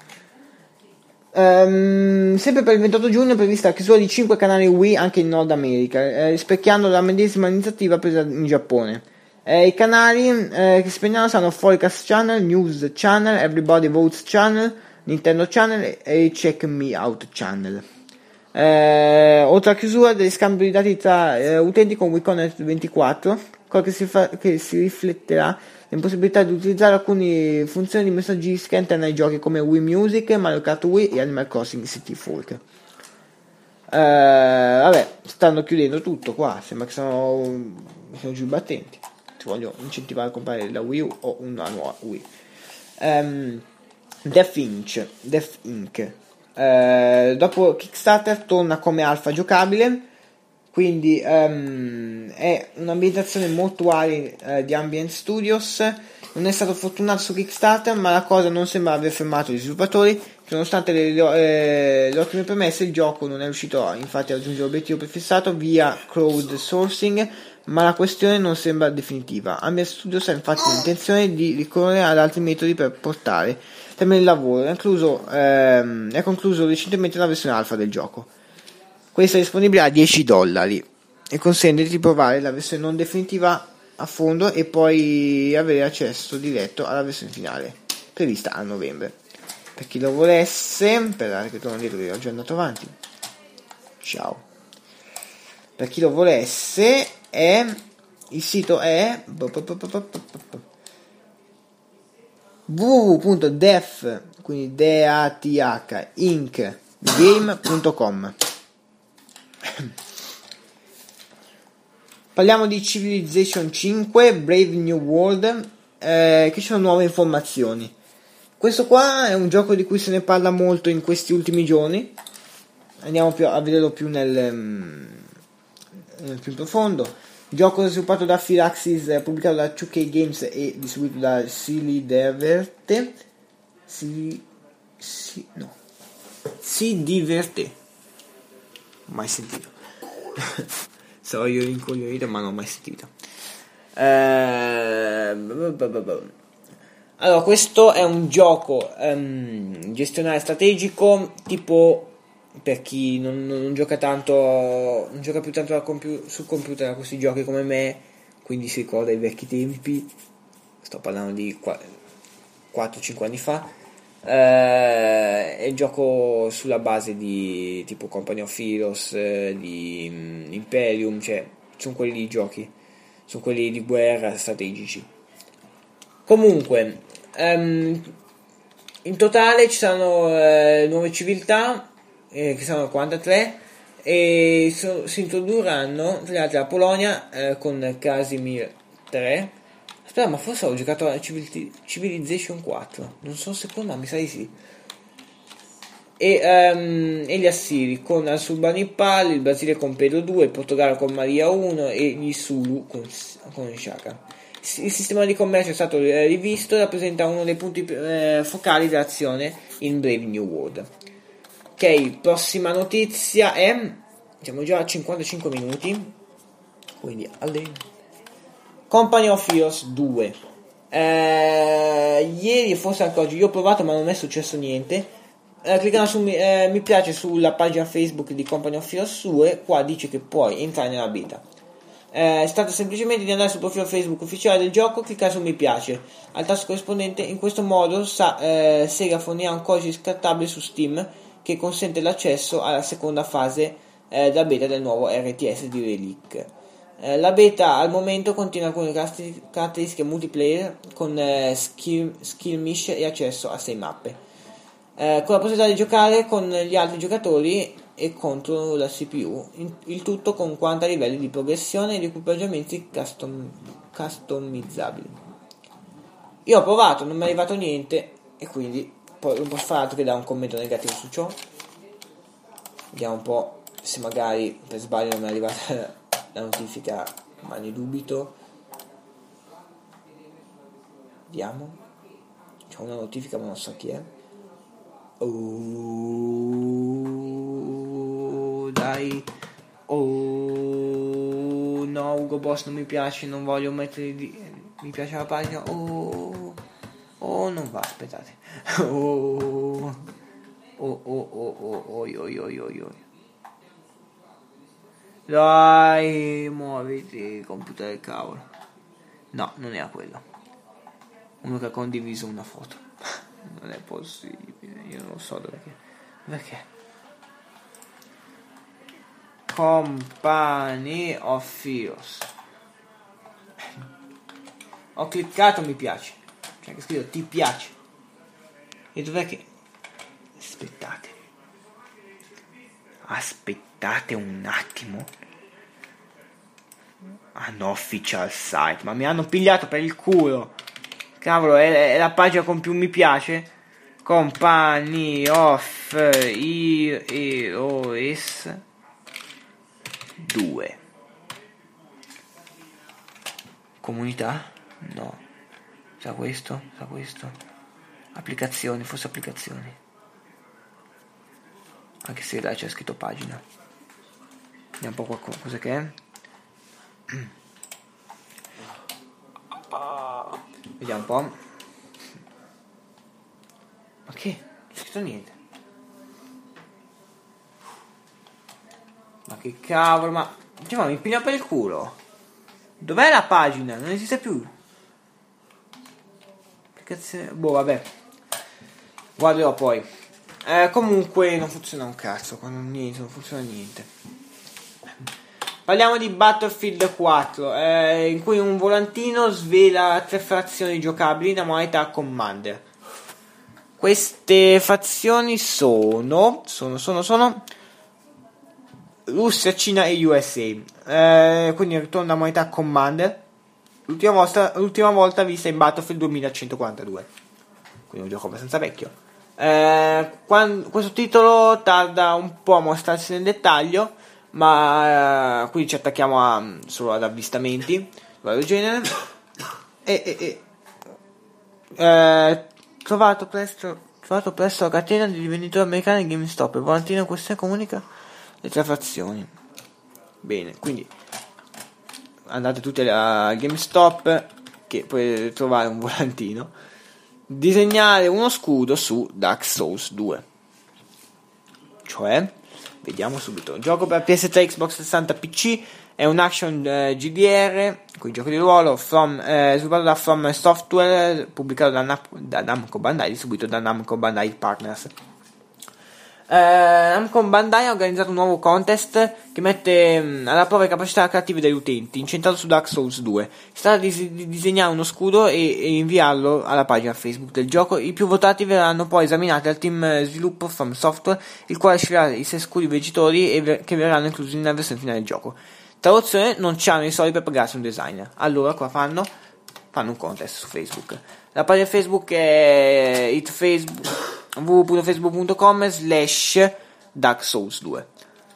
Sempre per il 28 giugno è prevista la chiusura di 5 canali Wii anche in Nord America, rispecchiando la medesima iniziativa presa in Giappone. I canali che si spegneranno saranno Forecast Channel, News Channel, Everybody Votes Channel, Nintendo Channel e Check Me Out Channel. Oltre alla chiusura degli scambi di dati tra utenti con WiiConnect 24, cosa che si rifletterà l'impossibilità di utilizzare alcune funzioni di messaggistica interne ai giochi come Wii Music, Mario Kart Wii e Animal Crossing City Folk. Stanno chiudendo tutto qua, sembra che sono giù i battenti. Ti voglio incentivare a comprare la Wii U o una nuova Wii. Death Inc. Dopo Kickstarter torna come alfa giocabile, quindi è un'ambientazione mortuaria di Ambient Studios. Non è stato fortunato su Kickstarter, ma la cosa non sembra aver fermato gli sviluppatori, che nonostante le ottime premesse il gioco non è riuscito infatti a raggiungere l'obiettivo prefissato via crowdsourcing, ma la questione non sembra definitiva. Ambient Studios ha infatti l'intenzione di ricorrere ad altri metodi per portare termine il lavoro. È concluso recentemente la versione alfa del gioco. Questa è disponibile a $10 e consente di provare la versione non definitiva a fondo e poi avere accesso diretto alla versione finale, prevista a novembre. Per chi lo volesse, sperate che torno dietro, che ho già andato avanti. Ciao. Per chi lo volesse è il sito è www.death, quindi DATH Inc game.com. Parliamo di Civilization 5 Brave New World, che ci sono nuove informazioni. Questo qua è un gioco di cui se ne parla molto in questi ultimi giorni. Andiamo a vederlo più nel più profondo. Il gioco è sviluppato da Firaxis, pubblicato da 2K Games e distribuito da Si Diverte. Mai sentito. So io incoglionito, ma non ho mai sentito. Allora, questo è un gioco gestionale strategico, tipo per chi non gioca tanto, non gioca più tanto sul computer a questi giochi come me, quindi si ricorda i vecchi tempi. Sto parlando di 4-5 anni fa. È un gioco sulla base di tipo Company of Heroes, di Imperium, cioè sono quelli giochi, sono quelli di guerra strategici. Comunque in totale ci sono nuove civiltà, che sono 43, e si introdurranno tra le altre la Polonia con Casimir 3. Aspetta, ma forse ho giocato a Civilization 4, non so se con, ma mi sa di sì. E gli Assiri con Assurbanipal, il Brasile con Pedro 2, il Portogallo con Maria 1 e gli Zulu con Shaka. Il sistema di commercio è stato rivisto e rappresenta uno dei punti focali dell'azione in Brave New World. Ok, prossima notizia è, siamo già a 55 minuti, quindi Company of Heroes 2. Ieri e forse anche oggi io ho provato ma non è successo niente. Cliccando su mi piace sulla pagina Facebook di Company of Heroes 2, qua dice che puoi entrare nella beta. È stato semplicemente di andare sul profilo Facebook ufficiale del gioco, cliccare su mi piace al tasto corrispondente. In questo modo Sega fornirà un codice scartabile su Steam che consente l'accesso alla seconda fase della beta del nuovo RTS di Relic. La beta al momento contiene alcune caratteristiche multiplayer con skirmish e accesso a 6 mappe, con la possibilità di giocare con gli altri giocatori e contro la CPU, il tutto con 40 livelli di progressione e di equipaggiamenti customizzabili. Io ho provato, non mi è arrivato niente e quindi poi non posso fare altro che dare un commento negativo su ciò. Vediamo un po' se magari per sbaglio non mi è arrivata la notifica, ma ne dubito. Vediamo, c'è una notifica ma non so chi è. Oh dai, oh no, Ugo Boss non mi piace, non voglio mettere mi piace la pagina. Oh non va, aspettate. Dai, muoviti, computer del cavolo. No, non era quello. Uno che ha condiviso una foto. Non è possibile, io non so perché. Company of Heroes. Ho cliccato mi piace, cioè che scritto ti piace. E dov'è che... Aspettate un attimo. Unofficial site, ma mi hanno pigliato per il culo. Cavolo, è la pagina con più mi piace. Company of Heroes 2. Comunità? No. Sa questo? Applicazioni, forse applicazioni. Anche se là c'è scritto pagina. Vediamo un po' cosa che è. Vediamo un po'. Ma che? Non c'è scritto niente. Ma che cavolo, ma mi piglia per il culo. Dov'è la pagina? Non esiste più. Boh, vabbè. Guarderò poi. Comunque non funziona un cazzo. Non funziona niente. Parliamo di Battlefield 4, in cui un volantino svela 3 fazioni giocabili da modalità Commander. Queste fazioni sono Russia, Cina e USA. Quindi ritorna a modalità Commander. L'ultima volta vista in Battlefield 2142. Quindi un gioco abbastanza vecchio. Questo titolo tarda un po' a mostrarsi nel dettaglio, ma qui ci attacchiamo solo ad avvistamenti del genere. Trovato presto la catena di rivenditori americani GameStop. Il volantino in questione comunica le 3 fazioni. Bene, quindi andate tutti a GameStop, che potete trovare un volantino. Disegnare uno scudo su Dark Souls 2. Cioè, vediamo subito. Gioco per PS3, Xbox 60, PC. È un action GDR, con giochi di ruolo, sviluppato da From Software, pubblicato da Namco Bandai, distribuito da Namco Bandai Partners. Namco Bandai ha organizzato un nuovo contest che mette alla prova le capacità creative degli utenti, incentrato su Dark Souls 2. Si tratta di disegnare uno scudo e inviarlo alla pagina Facebook del gioco. I più votati verranno poi esaminati dal team sviluppo From Software, il quale sceglierà i 6 scudi vincitori che verranno inclusi nella versione finale del gioco. Traduzione: non c'hanno i soldi per pagarsi un designer. Allora qua fanno un contest su Facebook. La pagina Facebook è www.facebook.com/Dark Souls 2.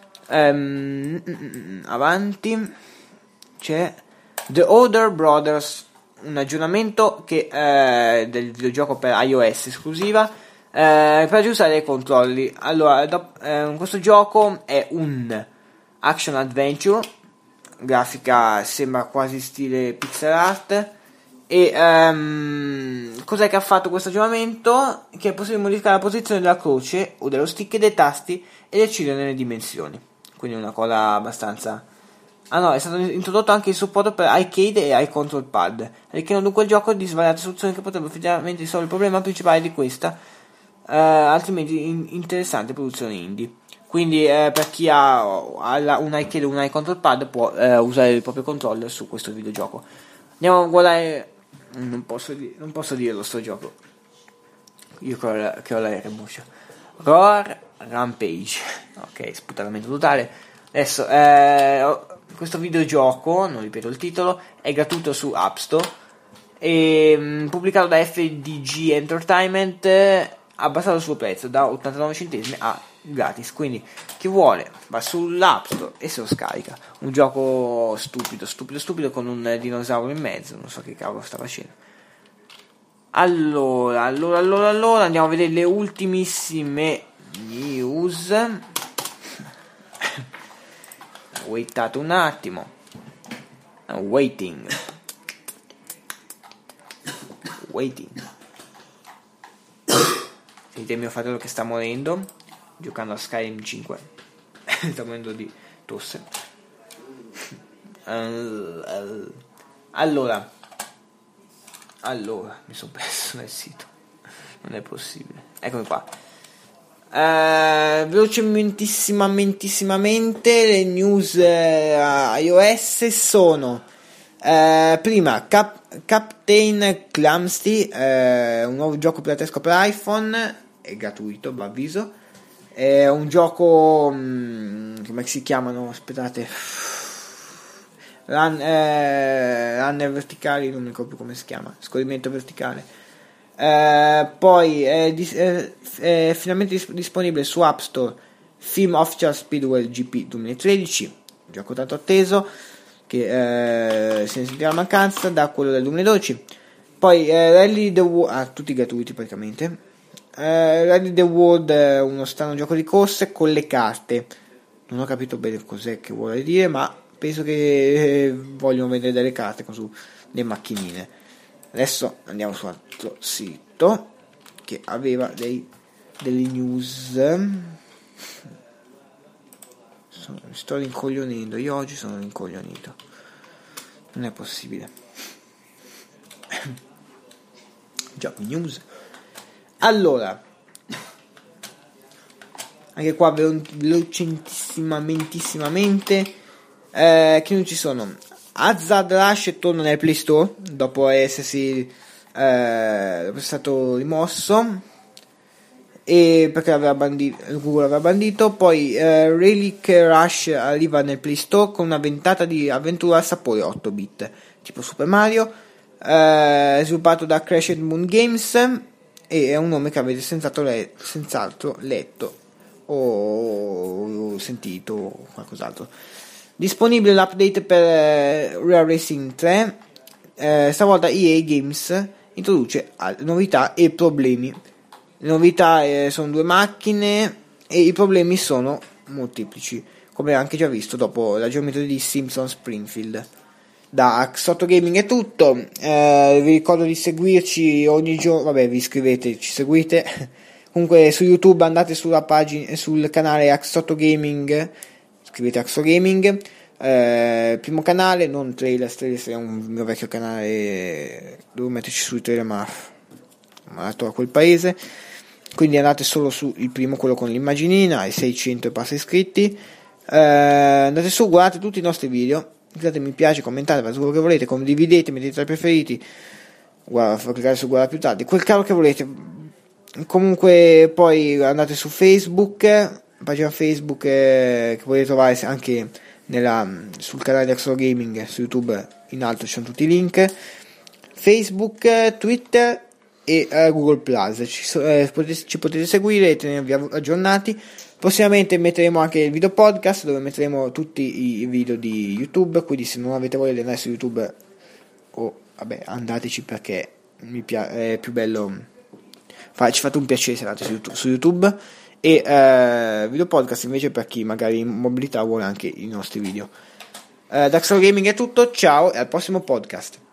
Avanti c'è The Other Brothers, un aggiornamento del videogioco per iOS esclusiva, per aggiustare i controlli. Allora, questo gioco è un action adventure, grafica sembra quasi stile pixel art. E cos'è che ha fatto questo aggiornamento? Che è possibile modificare la posizione della croce o dello stick e dei tasti e decidere le dimensioni. Quindi una cosa abbastanza... è stato introdotto anche il supporto per arcade e iControl Pad, arricchendo dunque il gioco di svariate soluzioni che potrebbero effettivamente risolvere il problema principale di questa altrimenti interessante produzione indie. Quindi per chi ha un arcade o un iControl Pad può usare il proprio controller su questo videogioco. Andiamo a guardare. Non posso dirlo sto gioco. Io che ho la remuscia. Roar Rampage. Ok, sputamento totale. Adesso questo videogioco, non ripeto il titolo, è gratuito su App Store e pubblicato da FDG Entertainment, abbassato il suo prezzo da 89 centesimi a gratis, quindi chi vuole va sull'App Store e se lo scarica. Un gioco stupido con un dinosauro in mezzo, non so che cavolo sta facendo. Allora andiamo a vedere le ultimissime news. Waitate un attimo. Waiting. Sentite mio fratello che sta morendo giocando a Skyrim 5. Sta morendo di tosse. Allora mi sono perso nel sito, non è possibile. Eccomi qua. Velocementissimamente le news iOS sono prima Captain Clumsy, un nuovo gioco piratesco per iPhone, è gratuito, avviso. È un gioco come si chiamano? Aspettate, runner verticali, non mi ricordo più come si chiama, scorrimento verticale. Poi è finalmente disponibile su App Store Film Official Speedway GP 2013, un gioco tanto atteso che se ne sentirà la mancanza da quello del 2012. Poi Rally the World, tutti gratuiti praticamente. Rally the World, uno strano gioco di corse con le carte. Non ho capito bene cos'è che vuole dire, ma penso che vogliono vendere delle carte con su le macchinine. Adesso andiamo su un altro sito che aveva delle news. Mi sto rincoglionendo, io oggi sono rincoglionito, non è possibile. Già, news. Allora, anche qua velocissimamente Che non ci sono. Hazard Rush torna nel Play Store dopo essere stato rimosso, e perché Google aveva bandito. Poi Relic Rush arriva nel Play Store con una ventata di avventura al sapore 8 bit tipo Super Mario, sviluppato da Crescent Moon Games, e è un nome che avete senz'altro letto o sentito o qualcos'altro. Disponibile l'update per Real Racing 3. Stavolta EA Games introduce novità e problemi. Le novità sono 2 macchine e i problemi sono molteplici, come anche già visto dopo l'aggiornamento di Simpson Springfield. Da Axotto Gaming è tutto. Vi ricordo di seguirci ogni giorno. Vabbè, vi iscrivete, ci seguite. Comunque su YouTube andate sulla pagina, sul canale Axotto Gaming, scrivete Axotto Gaming, primo canale, non Trailers è un mio vecchio canale, devo metterci sui trailer ma malato a quel paese, quindi andate solo su il primo, quello con l'immaginina e 600 e passa iscritti. Andate su, guardate tutti i nostri video, cliccate mi piace, commentate, fate quello che volete, condividete, mettete tra i preferiti, cliccate su guarda più tardi, quel cavolo che volete. Comunque poi andate su Facebook, pagina Facebook che potete trovare anche sul canale di Axolotl Gaming, su YouTube in alto ci sono tutti i link, Facebook, Twitter e Google Plus. Ci potete seguire e tenervi aggiornati. Prossimamente metteremo anche il video podcast, dove metteremo tutti i video di YouTube, quindi se non avete voglia di andare su YouTube, andateci, perché è più bello. Ci fate un piacere se andate su YouTube. E video podcast invece per chi magari in mobilità vuole anche i nostri video. Da Axolotl Gaming è tutto, ciao e al prossimo podcast.